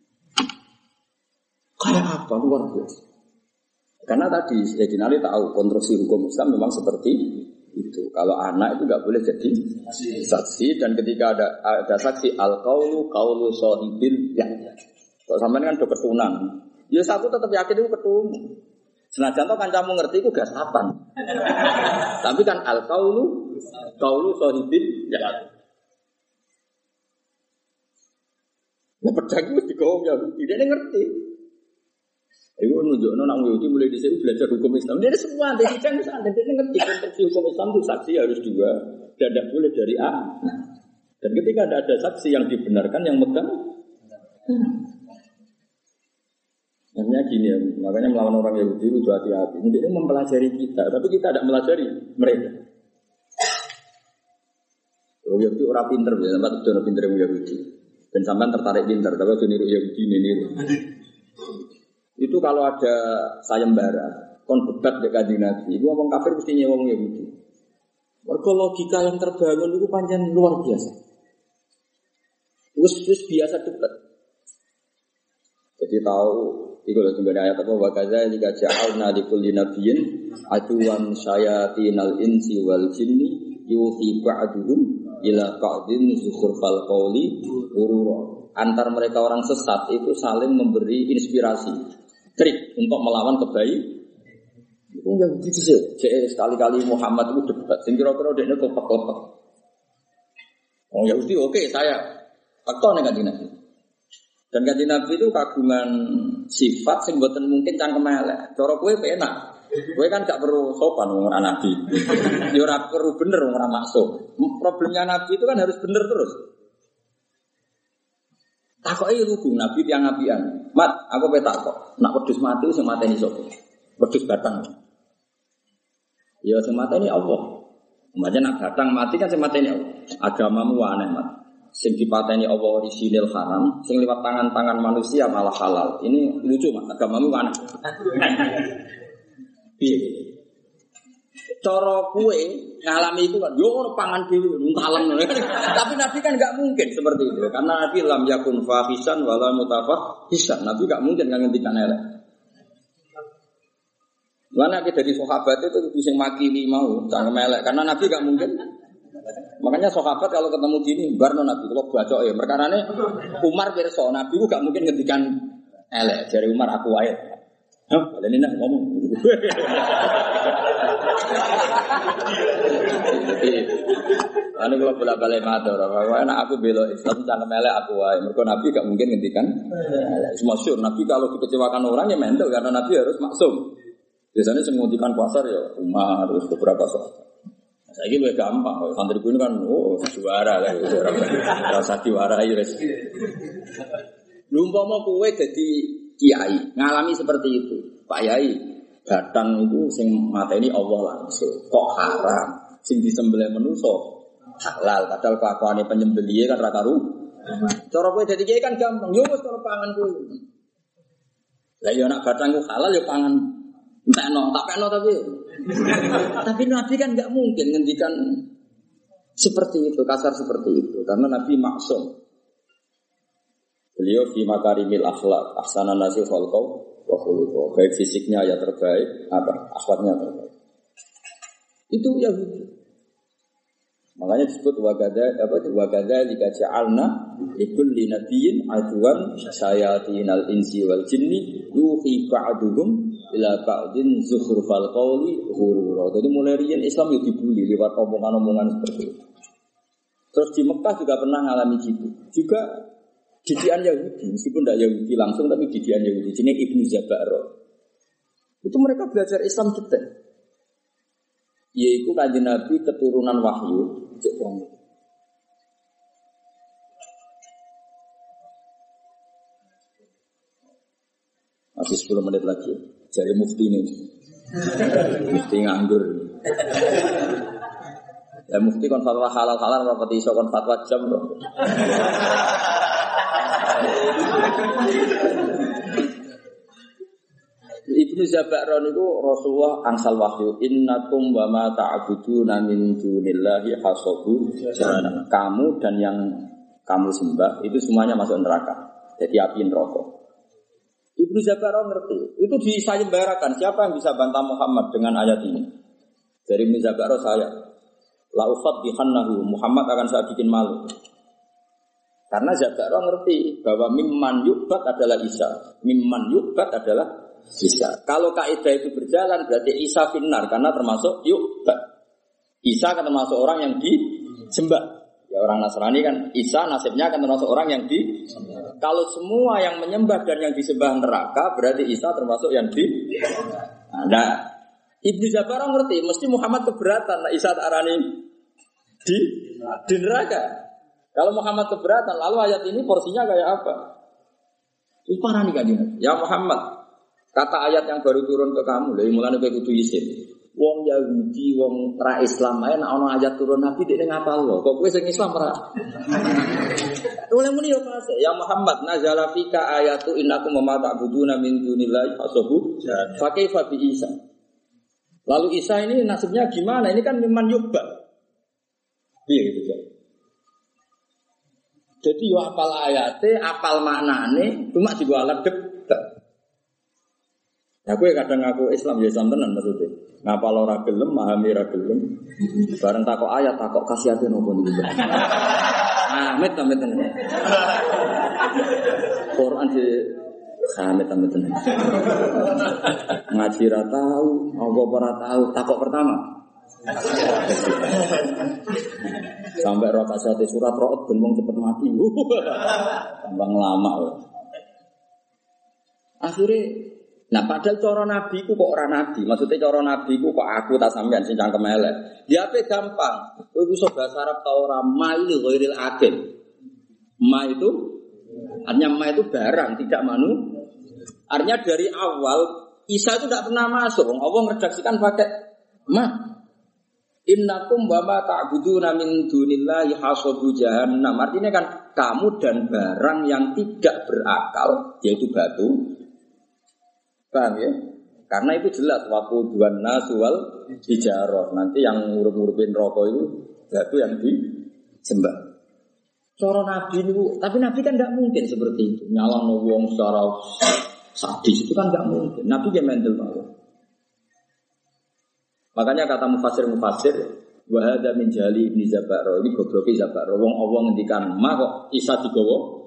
Kayak apa luar biasa. Karena tadi Sayyidina Ali tahu konstruksi hukum Islam memang seperti itu. Kalau anak itu nggak boleh jadi saksi dan ketika ada saksi al-qaulu qaulu sahibil ya. Kalau sampean kan do ketunan. Ya aku tetap yakin itu ketun. Senajan to kancamu ngerti iku gak sapan. Tapi kan al-qaulu qaulu sahibil ya. Nah pedang itu digawang ya, dia ngerti. Ayo nunjukno nang Yahudi mulai dhisik belajar hukum Islam. Dia semua ada sidang santai, dia ngerti konstruksi hukum Islam itu saksi harus dua dan tidak boleh dari A. Dan ketika ada saksi yang dibenarkan yang megang. Makanya gini ya, makanya melawan orang Yahudi itu hati-hati. Dia mempelajari kita, tapi kita tidak melajari mereka. Orang Yahudi orang pinter, tempat itu orang pinter yang Yahudi. Dan sampai tertarik pinter, tapi itu niru Yahudi niru. Itu kalau ada sayembara, kon debat dengan Kanjeng Nabi, itu orang kafir mesti nyewong Yahudi. Mergo logika yang terbangun itu panjang luar biasa. Terus biasa debat. Jadi tahu, itu loh sebenarnya ayat apa? Wa kadzalika ja'alna likulli nabiyyin aduwan syayatinal insi wal jinni yuhi ba'duhum ila ba'din zukhrufal qawli ghurura. Antar mereka orang sesat itu saling memberi inspirasi. Trik untuk melawan kebaikan. Itu yang dicek. Sekali-kali Muhammad itu debat. Sing kira-kira dekne kopek-kopek. Oh Yahudi oke, saya tekon ning Kanjeng Nabi. Dan Kanjeng Nabi itu kagungan sifat sing mboten mungkin cangkem elek. Cara kowe penak. Kowe kan gak perlu sopan wong ora nabi. Ya ora perlu bener wong ora maksud. Problemnya Nabi itu kan harus bener terus. Takoke lugu Nabi tiyang apian. Mat, aku petak kok. Nak wedhus mati sing mateni sapa? Wedhus batang. Ya sing mateni Allah. Umpamane nak batang mati kan sing mateni Allah. Agamamu aneh, Mat. Sing dipateni Allah orisinil haram, sing lewat tangan-tangan manusia malah halal. Ini lucu, Mat. Agamamu aneh. Piye? Cara kue ngalami itu kan, yo ono pangan dhewe nuntalem. Tapi Nabi kan enggak mungkin seperti itu. Karena Nabi lam yakun fahisan wala mutafahisan. Nabi enggak mungkin ngendikan elek. Mana kita dari sahabat itu sing makili mau cangkem elek karena Nabi enggak mungkin. Makanya sahabat kalau ketemu gini barno Nabi kalau bacok ya perkarane Umar pirsa Nabi ku enggak mungkin ngendikan elek. Jare Umar aku wae. Hah, kalian ini ngomong. Anu kalau bola-balik matur, karena aku belok Islam jangan melek aku wae. Mergo Nabi gak mungkin ngendikan. Masyhur Nabi kalau dikecewakan orang ya mental karena Nabi harus maksum. Biasanya sing ngendikan pasar ya Umar terus beberapa sahabat. Saiki luwih gampang, santri kuwi kan juara kan rasa diwarai wis. Lumpama kowe dadi kiai ngalami seperti itu, Pak Yai, batang itu sing mateni Allah langsung, kok haram, sing disembelih manusa halal, padahal kelakuane penyembelihe kan ra karu. Cara kowe dadi kiai kan gampang, yo wis cara pangan kowe. Lah yo nek batang ku halal yo pangan entekno, tak pekno tapi. Tapi Nabi kan enggak mungkin ngendikan seperti itu, kasar seperti itu, karena Nabi maksum. Beliau fi makarimil akhlak, ahsana nasi khalqau wa khuluqau. Baik fisiknya ya terbaik, apa? Akhlaknya terbaik. Itu Yahudi. Makanya disebut wagada lika ja'alna likulli nabiyyin aduwan syayatinal insi wal jinni yuhi ba'duhum ila ba'din zukhrufal qawli ghurura. Jadi mulai riyen Islam itu dibully lewat omongan-omongan seperti itu. Terus di Mekah juga pernah ngalami gitu. Juga didikan Yahudi, meskipun tidak Yahudi langsung, tapi didikan Yahudi. Ini Ibnu Zabaro. Itu mereka belajar Islam detail. Yaitu kanjeng Nabi keturunan wahyu. Masih 10 menit lagi. Jari mufti ini. Mufti nganggur. Ya mufti kon fatwa halal-halal rapati iso kon fatwa jam dong. Ibnu Zab'ar itu Rasulullah angsal wahyu innakum wa ma ta'buduna min dunillahi hasabu jahannam. Kamu dan yang kamu sembah itu semuanya masuk neraka. Jadi api neraka. Ibnu Zab'ar ngerti. Itu disayembarakan. Siapa yang bisa bantah Muhammad dengan ayat ini? Dari Ibnu Zab'ar saya. La ufattihannahu, Muhammad akan saya bikin malu. Karena Zab'ar ngerti bahwa mimman yu'bad adalah Isa. Mimman yu'bad adalah Isa. Kalau kaidah itu berjalan berarti Isa finnar karena termasuk yu'bad. Isa kan termasuk orang yang disembah. Ya orang Nasrani kan Isa nasibnya akan termasuk orang yang disembah. Kalau semua yang menyembah dan yang disembah neraka berarti Isa termasuk yang Nah, Ibnu Zab'ar ngerti mesti Muhammad keberatan nah Isa ta'arani di neraka. Kalau Muhammad keberatan, lalu ayat ini porsinya kayak apa? Itu parah nih kan ya Muhammad, kata ayat yang baru turun ke kamu, dari mulai kowe kudu isin. Wong Yahudi, wong ra Islam ae nek ana ayat turun Nabi dekne ngapal lho. Kok kowe sing Islam ora? Oleh muni yo pas. Ya Muhammad, nazala fika ayatu innakum ma ta'buduna min dunillahi fasabu. Fa kaifa bi Isa? Lalu Isa ini nasibnya gimana? Ini kan mimman yubba. Piye gitu ya? Jadi yo apal ayate, apal maknane, cuma digo alat debat. Ya kowe kadang ngaku Islam ya Islam tenan maksudnya. Ngapal ora gelem, memahami ora gelem. Bareng takok ayat, takok kasihate nopo niku. Amit tenan. Quran di amit tenan. Ngaji ra tahu, apa ora tahu, takok pertama. Sampai roh kasihate surat roh ben wong cepet mati. Tambang lama. Akhirnya nah padahal cara nabi ku kok ora nabi. Maksudnya cara nabi ku kok aku tak sampean sing cangkem elek. Dia ape gampang. Kowe iso bahasa Arab ta ora mail ghairil akil. Ma itu artinya ma itu barang tidak manu. Artinya dari awal Isa itu tidak pernah masuk. Allah meredaksikan pakai ma. Innakum wa ma ta'buduna min dunillahi hasabu jahannam. Artinya kan kamu dan barang yang tidak berakal yaitu batu. Paham ya? Karena itu jelas waktu duan nasual hijarah. Nanti yang ngurup-ngurupin rokok itu batu yang disembah. Cara Nabi itu, tapi Nabi kan tidak mungkin seperti itu. Nyalon wong secara sadis itu kan tidak mungkin. Nabi dia mental banget. Makanya kata mufasir wa hadza min jali ibni Zab'ar. Ini gobloke Zab'ar. Wong Allah ngendikan ma kok Isa digawa.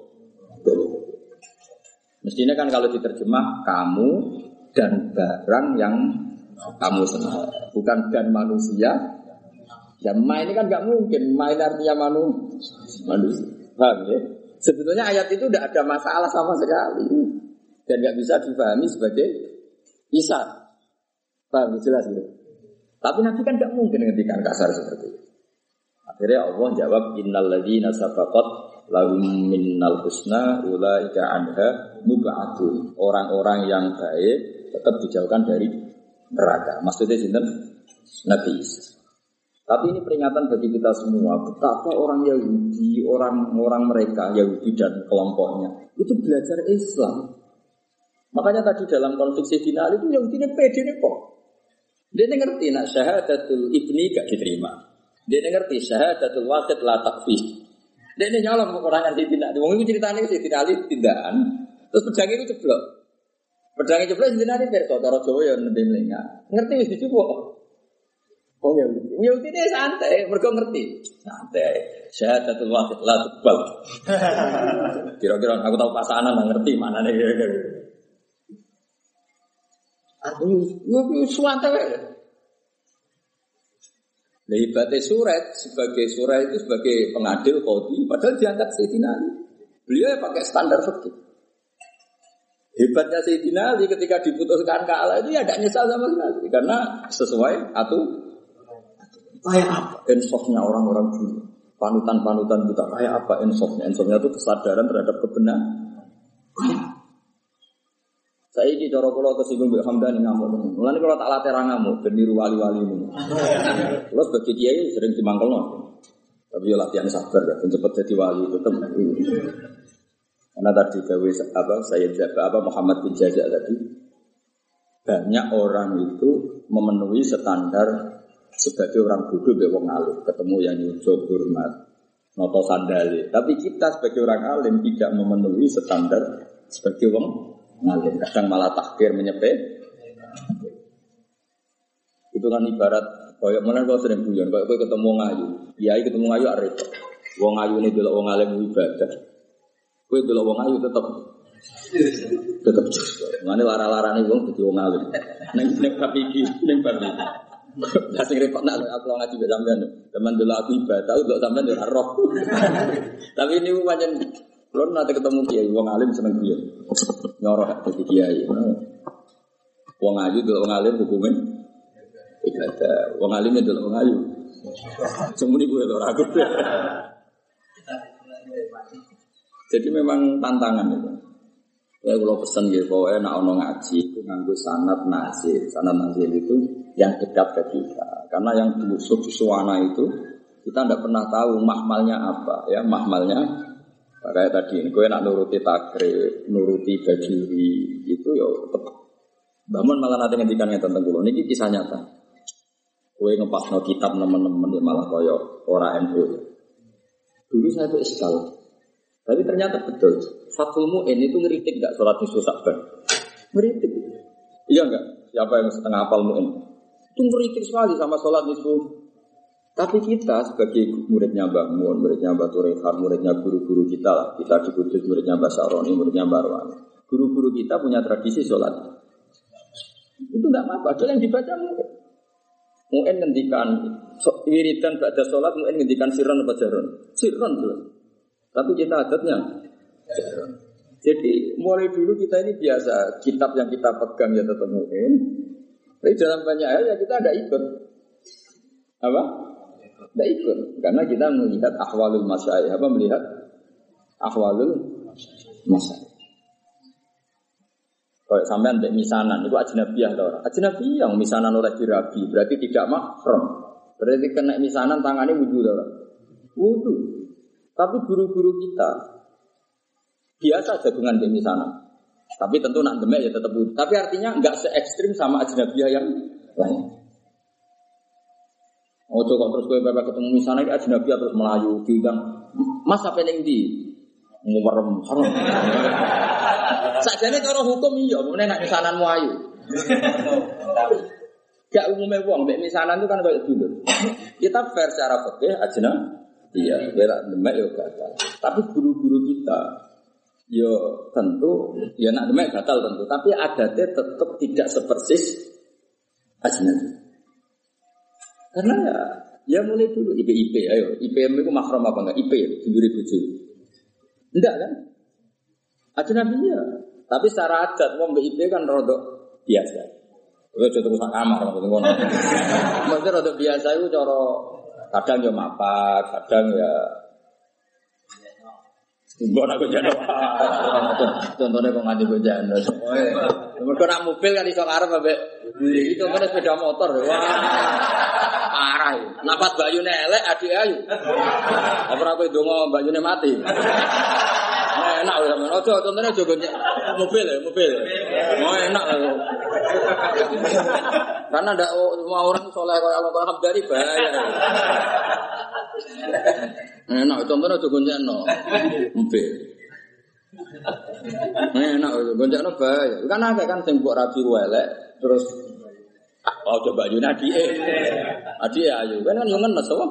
Mestinya kan kalau diterjemah kamu dan barang yang kamu senang, bukan dan manusia. Ya ma ini kan nggak mungkin. Ma ini artinya manusia. Paham ya? Sebetulnya ayat itu tidak ada masalah sama sekali dan nggak bisa dipahami sebagai Isa. Paham jelas gitu. Tapi Nabi kan nggak mungkin ngendikan kasar seperti itu. Akhirnya Allah jawab innal ladzina sabaqat lahum minnal husna ulaika anha mub'adun. Orang-orang yang baik tetap dijauhkan dari neraka. Maksudnya sinten? Nabi Isa. Tapi ini peringatan bagi kita semua betapa orang Yahudi, orang-orang mereka Yahudi dan kelompoknya itu belajar Islam. Makanya tadi dalam konflik Sayyidina Ali itu Yahudi ini pede nih kok. Dia ngerti nak syahadatul ibni gak diterima. Dia ngerti syahadatul wahid la takfir. Dia nyolong kekurangan Sayyidina Ali. Wong iki ceritane Sayyidina Ali tindakan, terus pedang itu ceblok. Pedang ceblok Sayyidina Ali perso cara Jawa ya nembe mlengak. Ngerti wis dicuwuk. Oh ya, Yahudi ini santai, mereka ngerti. Santai. Syahadatul wahid la takfir. Kira-kira aku tahu pasangan ngerti mana nih kira-kira. Artinya suatu hebatnya surat sebagai surat itu sebagai pengadil qadhi padahal diangkat Sayyidina Ali. Beliau pakai standar fikih. Hebatnya Sayyidina Ali ketika diputuskan kalah itu ya tidak nyesal sama sekali karena sesuai Kayak apa insofnya orang-orang dulu? Panutan-panutan kita kayak apa insofnya? Insofnya itu kesadaran terhadap kebenaran. Saya ini cara kalau kesinggung Mbak Hamdan ngamuk. Mulane kalau tak latih ra ngamuk ben niru wali-wali ini. Kalau sebagai kiai sering dimangkelno. Tapi ya latihan sabar kan cepet jadi wali tetap. Karena tadi gawe Muhammad bin Jazak tadi banyak orang itu memenuhi standar sebagai orang bodoh be wong alim, ketemu yang nyucuk hormat, noto sandali. Tapi kita sebagai orang alim tidak memenuhi standar sebagai wong alim, kadang malah takbir menyepet. Itu kan ibarat koyo menan kok sering guyon, koyo ketemu ngayu. Kiai ketemu ngayu arep. Wong ayu ini delok wong alim ibadah. Kowe delok wong ayu tetep ngene lara-larane wong dadi wong alim. Ning bab iki, ning bab iki. Lah sing repot nak aku ngaji mbek sampean. Teman delok aku ibadah, delok sampean ora roh. Tapi ini pancen kula nate ketemu kiai wong alim seneng guyon. Nyoroh dadi kiai. Wong ayu delok wong alim hukume ibadah. Wong alim delok wong ayu. Semuni gue lho ragu. Jadi memang tantangan itu. Ya kalau pesan gitu, pokoknya nak ono ngaji itu nganggo sanad nazil. Sanad nazil itu yang dekat ke kita. Karena yang dulu suwana itu kita tidak pernah tahu mahmalnya apa. Ya mahmalnya kayak tadi. Gue nak nuruti takrib, nuruti bajuri itu ya tetap. Bangun malah nanti ngendikannya tentang kulo. Ini kisah nyata. Gue ngepasno kitab teman-teman ya malah koyo ora NU. Dulu saya itu iskal. Tapi ternyata betul. Fathul Mu'in itu ngeritik enggak sholat nisfu Sa'ban? Ngeritik. Iya enggak? Siapa yang setengah hafal Mu'in? Itu ngeritik sekali sama sholat nisfu. Tapi kita sebagai muridnya Mbak Mun, muridnya Mbak Turekhar, muridnya guru-guru kita lah. Kita di Kudus, muridnya Mbak Saroni, muridnya Mbak Arwani. Guru-guru kita punya tradisi sholat. Itu enggak apa-apa. Ada yang dibaca Mu'in. Mu'in ngendikan wiridan ba'da sholat, Mu'in ngendikan sirron apa jaron? Sirron jelas. Tapi kita adatnya jaron. Jadi mulai dulu kita ini biasa kitab yang kita pegang ya tetap Mu'in. Tapi dalam banyak hal ya kita ada ikut. Apa? Tidak ikut. Karena kita melihat ahwalul masyayikh. Apa melihat ahwalul masyayikh. Kalau sampean mbek misanan itu ajnabiyah ta ora? Ajnabiyah yang misanan oleh dirabi berarti tidak mahram. Berarti kena misanan tangannya wudu ta ora? Wudu. Tapi guru-guru kita biasa jagungan mbek misanan. Tapi tentu nak demek ya tetap wudu. Tapi artinya enggak se ekstrim sama ajnabiyah yang lain. Ojo kok terus kowe bapak ketemu misanan iki ajnabiyah terus melayu diundang. Mas apa ning ndi? Ngumerem haram. Sakjane cara hukum iya, mene nek misananmu ayu. Gak umumnya wong mek misanan itu kan kayak dulu. Kita fair secara fikih ajna iya, bela demek yo gatal. Tapi guru-guru kita yo tentu ya nak demek gatal tentu, tapi adatnya tetap tidak sepersis ajnabi. Karena ya mulai dulu IP ayo, IPM itu mahram apa enggak? IP dulure bojo. Enggak kan? Ajnabi ya. Tapi secara adat wong IP kan rodok biasa. Udah terus kamar ngono. Maksudnya rodok biasa itu cara kadang ya mapak, kadang ya mbok nak jano. Contohnya kok nganti bojano. Mergo nak mobil kan iso ngarep ambek iki contohnya sepeda motor. Wah. Parah. Napas bayune elek adik ayu. Apa ora kowe ndonga bayune mati. Enak lho sampean. Ojo contohnya aja mobil. Oh enak lho. Karena ndak semua orang soleh kaya Allah Hamdani bahaya. Enak contohnya aja goncengno. Mobil. Enak goncengno bahaya. Kan akeh kan sing mbok rabi elek terus coba yune adike. Adike ayu. Kan yo ngenes apa?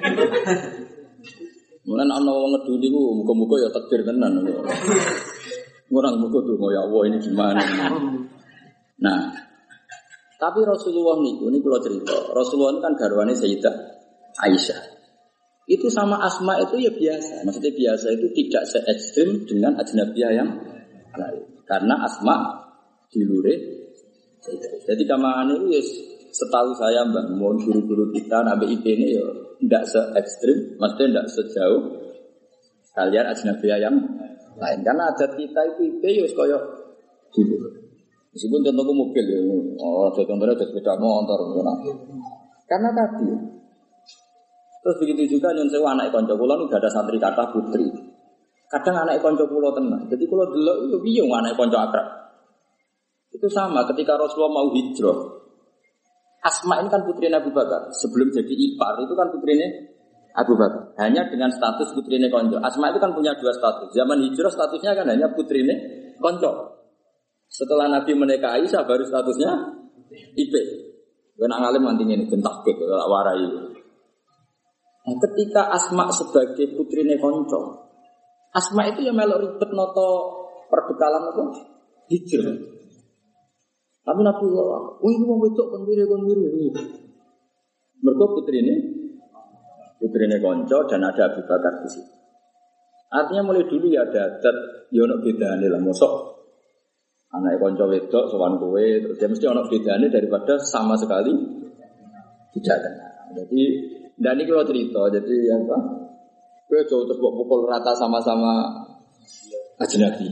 Mulane ana wong ngeduli ku muga-muga ya takdir tenan. Orang muga tuh ya Allah ini gimana. Nah, tapi Rasulullah niku kalau cerita, Rasulullah kan garwane Sayyidah Aisyah. Itu sama Asma itu ya biasa. Maksudnya biasa itu tidak se ekstrim dengan ajnabiyah yang lain. Karena Asma dilure. Jadi kamane itu setahu saya Mbak, mohon guru-guru kita nabi IP ini ya tidak se ekstrim, maksudnya tidak sejauh kalian ajnabiyah yang lain. Karena adat kita itu IP ya kaya gitu. Meskipun contohku mobil ya, contohnya ada sepeda motor, karena tadi. Terus begitu juga nyun sewu anak konco kula nu ada santri kata putri. Kadang anak konco kula tenan. Jadi kula delok itu piye anak konco akrab. Itu sama ketika Rasulullah mau hijrah. Asma ini kan putrinya Abu Bakar. Sebelum jadi ipar itu kan putrinya Abu Bakar. Hanya dengan status putrinya konco. Asma itu kan punya dua status. Zaman hijrah statusnya kan hanya putrinya konco. Setelah Nabi menikah Aisyah baru statusnya IP. Kena ngalim nantinya ini gentak ke warai. Nah, ketika Asma sebagai putrinya konco, Asma itu yang melok ribet noto perbekalan apa? Hijrah. Tapi Nabi Allah, ini mau besok konwiri. Mereka putrinya konco dan ada Abu Bakar di situ. Artinya mulai dulu ya ada adat, ya ono bedane lah, mosok anak konco wedok sowan kowe, terus dia mesti ono bedane daripada sama sekali tidak kenal. Jadi dan ini kalau cerita, jadi apa? Gue jauh terus pukul rata sama-sama ajnabi.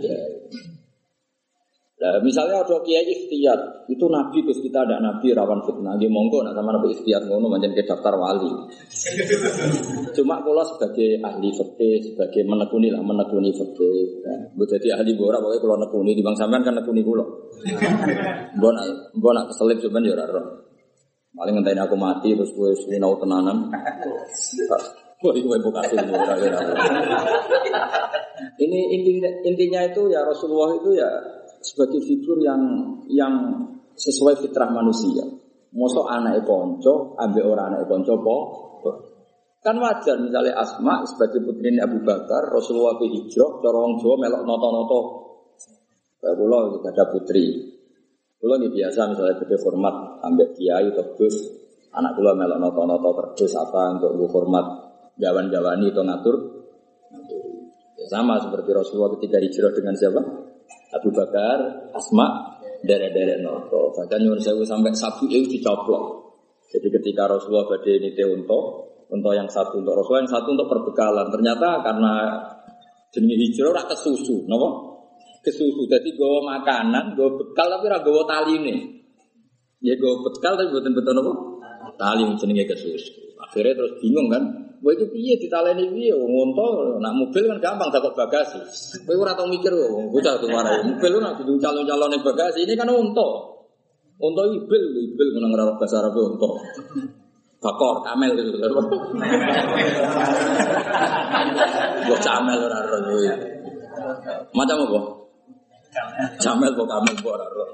Nah, misalnya ada kiai ikhtiyat, itu nabi terus kita ada nabi rawan fitnah. Dia monggo nak sama nabi ikhtiyat ngono manjen ke daftar wali. Cuma kalau sebagai ahli fikih, sebagai menekuni fikih. Gue jadi ahli borak pokoknya kalau nekuni di bang sampean kan nekuni kula. Mbok nak keselip cuman ya ora roh. Paling ngenteni aku mati terus gue sinau tenanan. Wah itu evokasi. Ini intinya itu ya Rasulullah itu ya sebagai figur yang sesuai fitrah manusia. Mosok anake kanca ambek ora anake kanca apa? Kan wajar misalnya Asma sebagai putrinya Abu Bakar, Rasulullah ke hijrah, cara wong Jawa melok nata-nata. Kayak kula iki ada putri. Kula ini biasa misalnya gede hormat ambek kiai tegus, anak kula melok nata-nata kerdus apa untuk hormat jawan-jawani atau ngatur. Ya, sama seperti Rasulullah ketika hijrah dengan siapa? Abu Bakar, Asma, derek-derek noto. Bahkan nyuwun sewu sampai sabu itu dicoplok. Jadi ketika Rasulullah badhe nite untuk yang satu untuk Rasulullah, yang satu untuk perbekalan. Ternyata karena jenenge hijrah ora kesusu, napa? Kesusu, jadi gawa makanan, gawa bekal tapi ora gawa taline. Ya gawa bekal tapi betul-betul apa? Tali jenenge kesusu. Akhirnya terus bingung kan, wah itu piye ditaleni piye? Ngonto, nak mobil kan gampang dapat bagasi. Kowe ora tau mikir kok, bocah tuh marah. Mobil nak kudu calon-calon bagasi, ini kan unta. Unta ibil menang ora bahasa Arab unta. Bakor, kamel gitu. Gua camel ora ro. Macam apa? Camel kok kamel kok ora ro.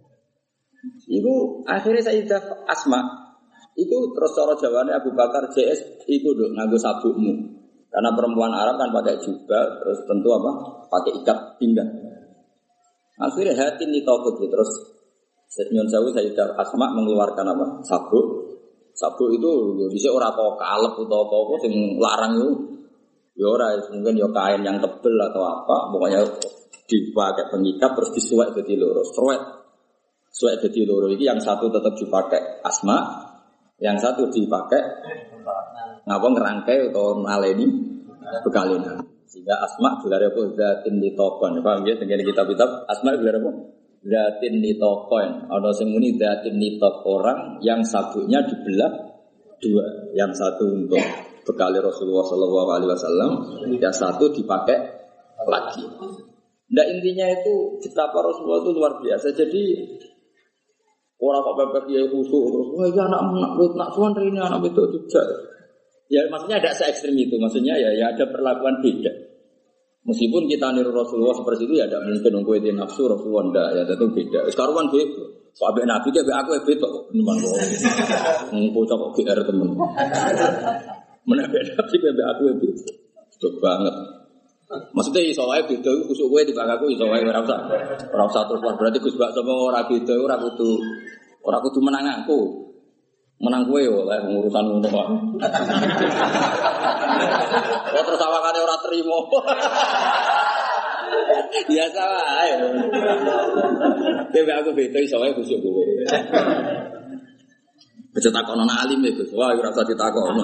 Iku akhirnya Sayyidah Asma itu terus cara Jawane Abu Bakar JS itu dong nganggo sabukmu. Karena perempuan Arab kan pakai jubah terus tentu apa? Pakai ikat pinggang. Akhirnya hati ini takut terus Sayyidina Sayyidah Asma mengeluarkan apa? Sabuk. Sabuk itu bisa ora kok kalep atau apa sing larang itu. Ya ora mungkin ya kain yang tebel atau apa, pokoknya dipakai pengikat terus disuwek dadi loro. Suwek dadi loro iki yang satu tetap dipakai Asma, yang satu dipakai ngapa ngerangkai atau naleni bekalinan. Sehingga Asma gelar apa zatin litokon. Paham ya dengan kitab-kitab Asma gelar apa? Zatin litokon. Ada sing muni zatin litok orang yang sabuknya dibelah dua. Yang satu untuk bekali Rasulullah SAW, yang satu dipakai lagi. Nah intinya itu betapa Rasulullah itu luar biasa. Jadi orang kok bebek ya khusyuk terus, wah ya anak suan ini anak itu juga. Ya maksudnya ada se-ekstrim itu, maksudnya ya ada perlakuan beda. Meskipun kita niru Rasulullah seperti itu ya tidak mungkin nunggu itu nafsu Rasulullah ndak ya tentu beda. Sekarang kan beda. Soalnya Nabi dia aku beda kok teman kok. Bocah kok GR teman. Menabe Nabi dia aku beda. Betul banget. Maksudnya iso wae beda iku kusuk kowe timbang aku iso wae ora usah terus berarti Gus Bak sama ora beda ora kudu menang aku. Menang kowe oleh urusan ngono kok. Kok terus awakane ora trimo. Biasa wae. Timbang aku beda iso wae kusuk kowe. Baca takon ana alim itu. Wah, ora usah ditakon.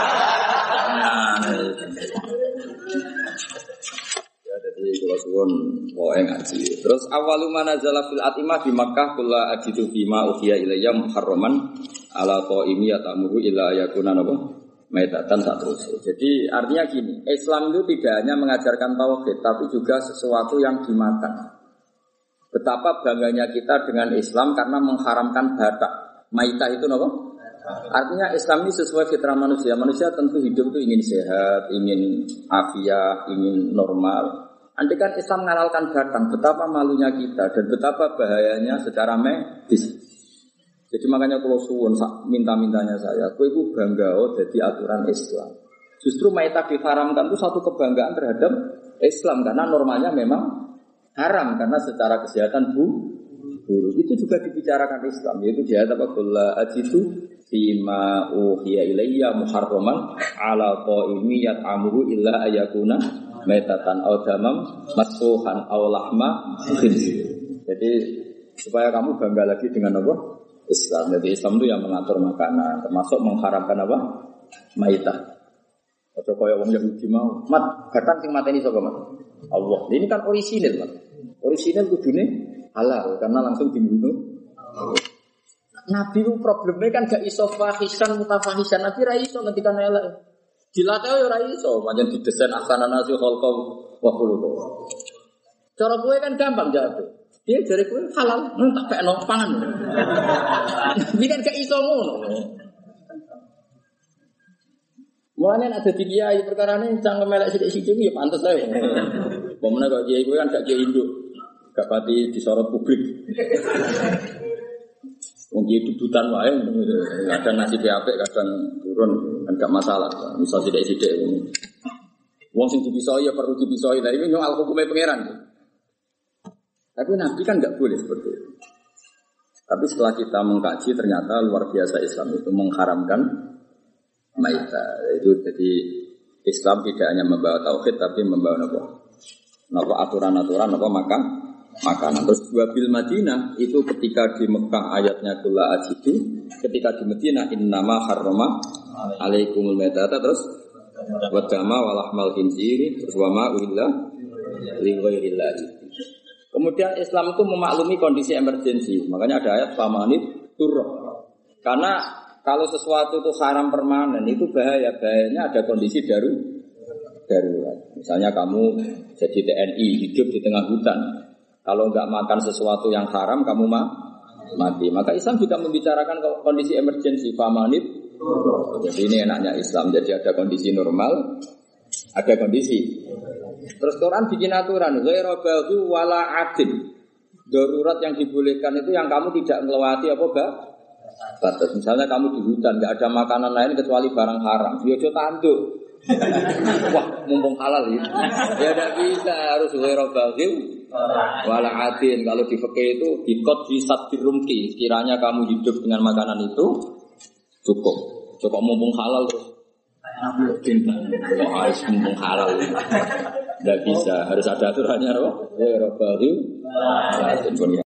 Ya jadi kula suwun wae ngaji. Terus awalu manazala fil atimah di Makkah kula ajidu bima uhiya ilayya muharraman ala qaimi yatamuru ila yakuna napa maitatan saterusé. Jadi artinya gini, Islam itu tidak hanya mengajarkan tauhid tapi juga sesuatu yang dimakan. Betapa bangganya kita dengan Islam karena mengharamkan batak. Maitah itu apa? Artinya Islam ini sesuai fitrah manusia. Manusia tentu hidup itu ingin sehat, ingin afiah, ingin normal. Andai kan Islam mengalalkan batang, betapa malunya kita dan betapa bahayanya secara medis. Jadi makanya kalau suwun minta-mintanya saya, kowe iku bangga jadi aturan Islam. Justru maitah diharamkan itu satu kebanggaan terhadap Islam karena normalnya memang haram karena secara kesehatan buruk. Itu juga dibicarakan Islam, yaitu jihad apa qul ajidu fima uhiya ilayya muharraman ala qaimi yat'amuhu illa ayakuna maitatan aw damam masfuhan aw lahma khinzir. Jadi supaya kamu bangga lagi dengan apa? Islam. Jadi Islam itu yang mengatur makanan, termasuk mengharamkan apa? Maitah. Atau kaya wong Yahudi mau, mat batang sing mateni sapa, Mat? Allah. Ini kan orisinil, Mat. Orisinil kudune halal karena langsung dibunuh. Nabi itu problemnya kan gak iso fahisan mutafahisan. Nabi ra iso ngendikan elek. Dilatih ora iso, pancen didesain asanan nasi khalqa wa khuluq. Cara kowe kan gampang jawab. Dia dari kowe halal, tak pekno pangan. Nabi kan gak iso ngono. Mulane ada di kiai perkarane cangkem elek sithik-sithik ya pantes ae. Pemene kok kiai kowe kan gak kiai induk. Gak pati disorot publik. Wong kiai dudutan wae kadang nasib apik kadang turun kan gak masalah. Misal sithik-sithik wong sing dipisoi ya perlu dipisoi. Lah iki nyong hukume pangeran. Tapi Nabi kan gak boleh seperti itu. Tapi setelah kita mengkaji ternyata luar biasa Islam itu mengharamkan maitah. Itu jadi Islam tidak hanya membawa tauhid tapi membawa apa aturan-aturan apa makanan. Terus wabil Madinah itu ketika di Mekah ayatnya kula ajidu, ketika di Madinah innama harrama alaikumul maitata terus wadama walahmal khinziri terus wama uhilla li ghairillahi. Kemudian Islam itu memaklumi kondisi emergensi. Makanya ada ayat famanit turroh. Karena kalau sesuatu itu haram permanen itu bahayanya ada kondisi darurat. Misalnya kamu jadi TNI hidup di tengah hutan. Kalau enggak makan sesuatu yang haram kamu mati. Maka Islam juga membicarakan kondisi emergensi famanit. Jadi ini enaknya Islam. Jadi ada kondisi normal, ada kondisi. Terus Quran bikin aturan ghairu baghu wala adin. Darurat yang dibolehkan itu yang kamu tidak melewati apa batas. Misalnya kamu di hutan enggak ada makanan lain kecuali barang haram. Yo tanduk. Wah, mumpung halal ya. Ya tidak bisa, harus ghairu baghu wala adin. Kalau di fikih itu bikot fi sabdirumki. Kiranya kamu hidup dengan makanan itu cukup mumpung halal terus. Harus mumpung halal. Tidak bisa, harus ada aturannya, ya Rabbal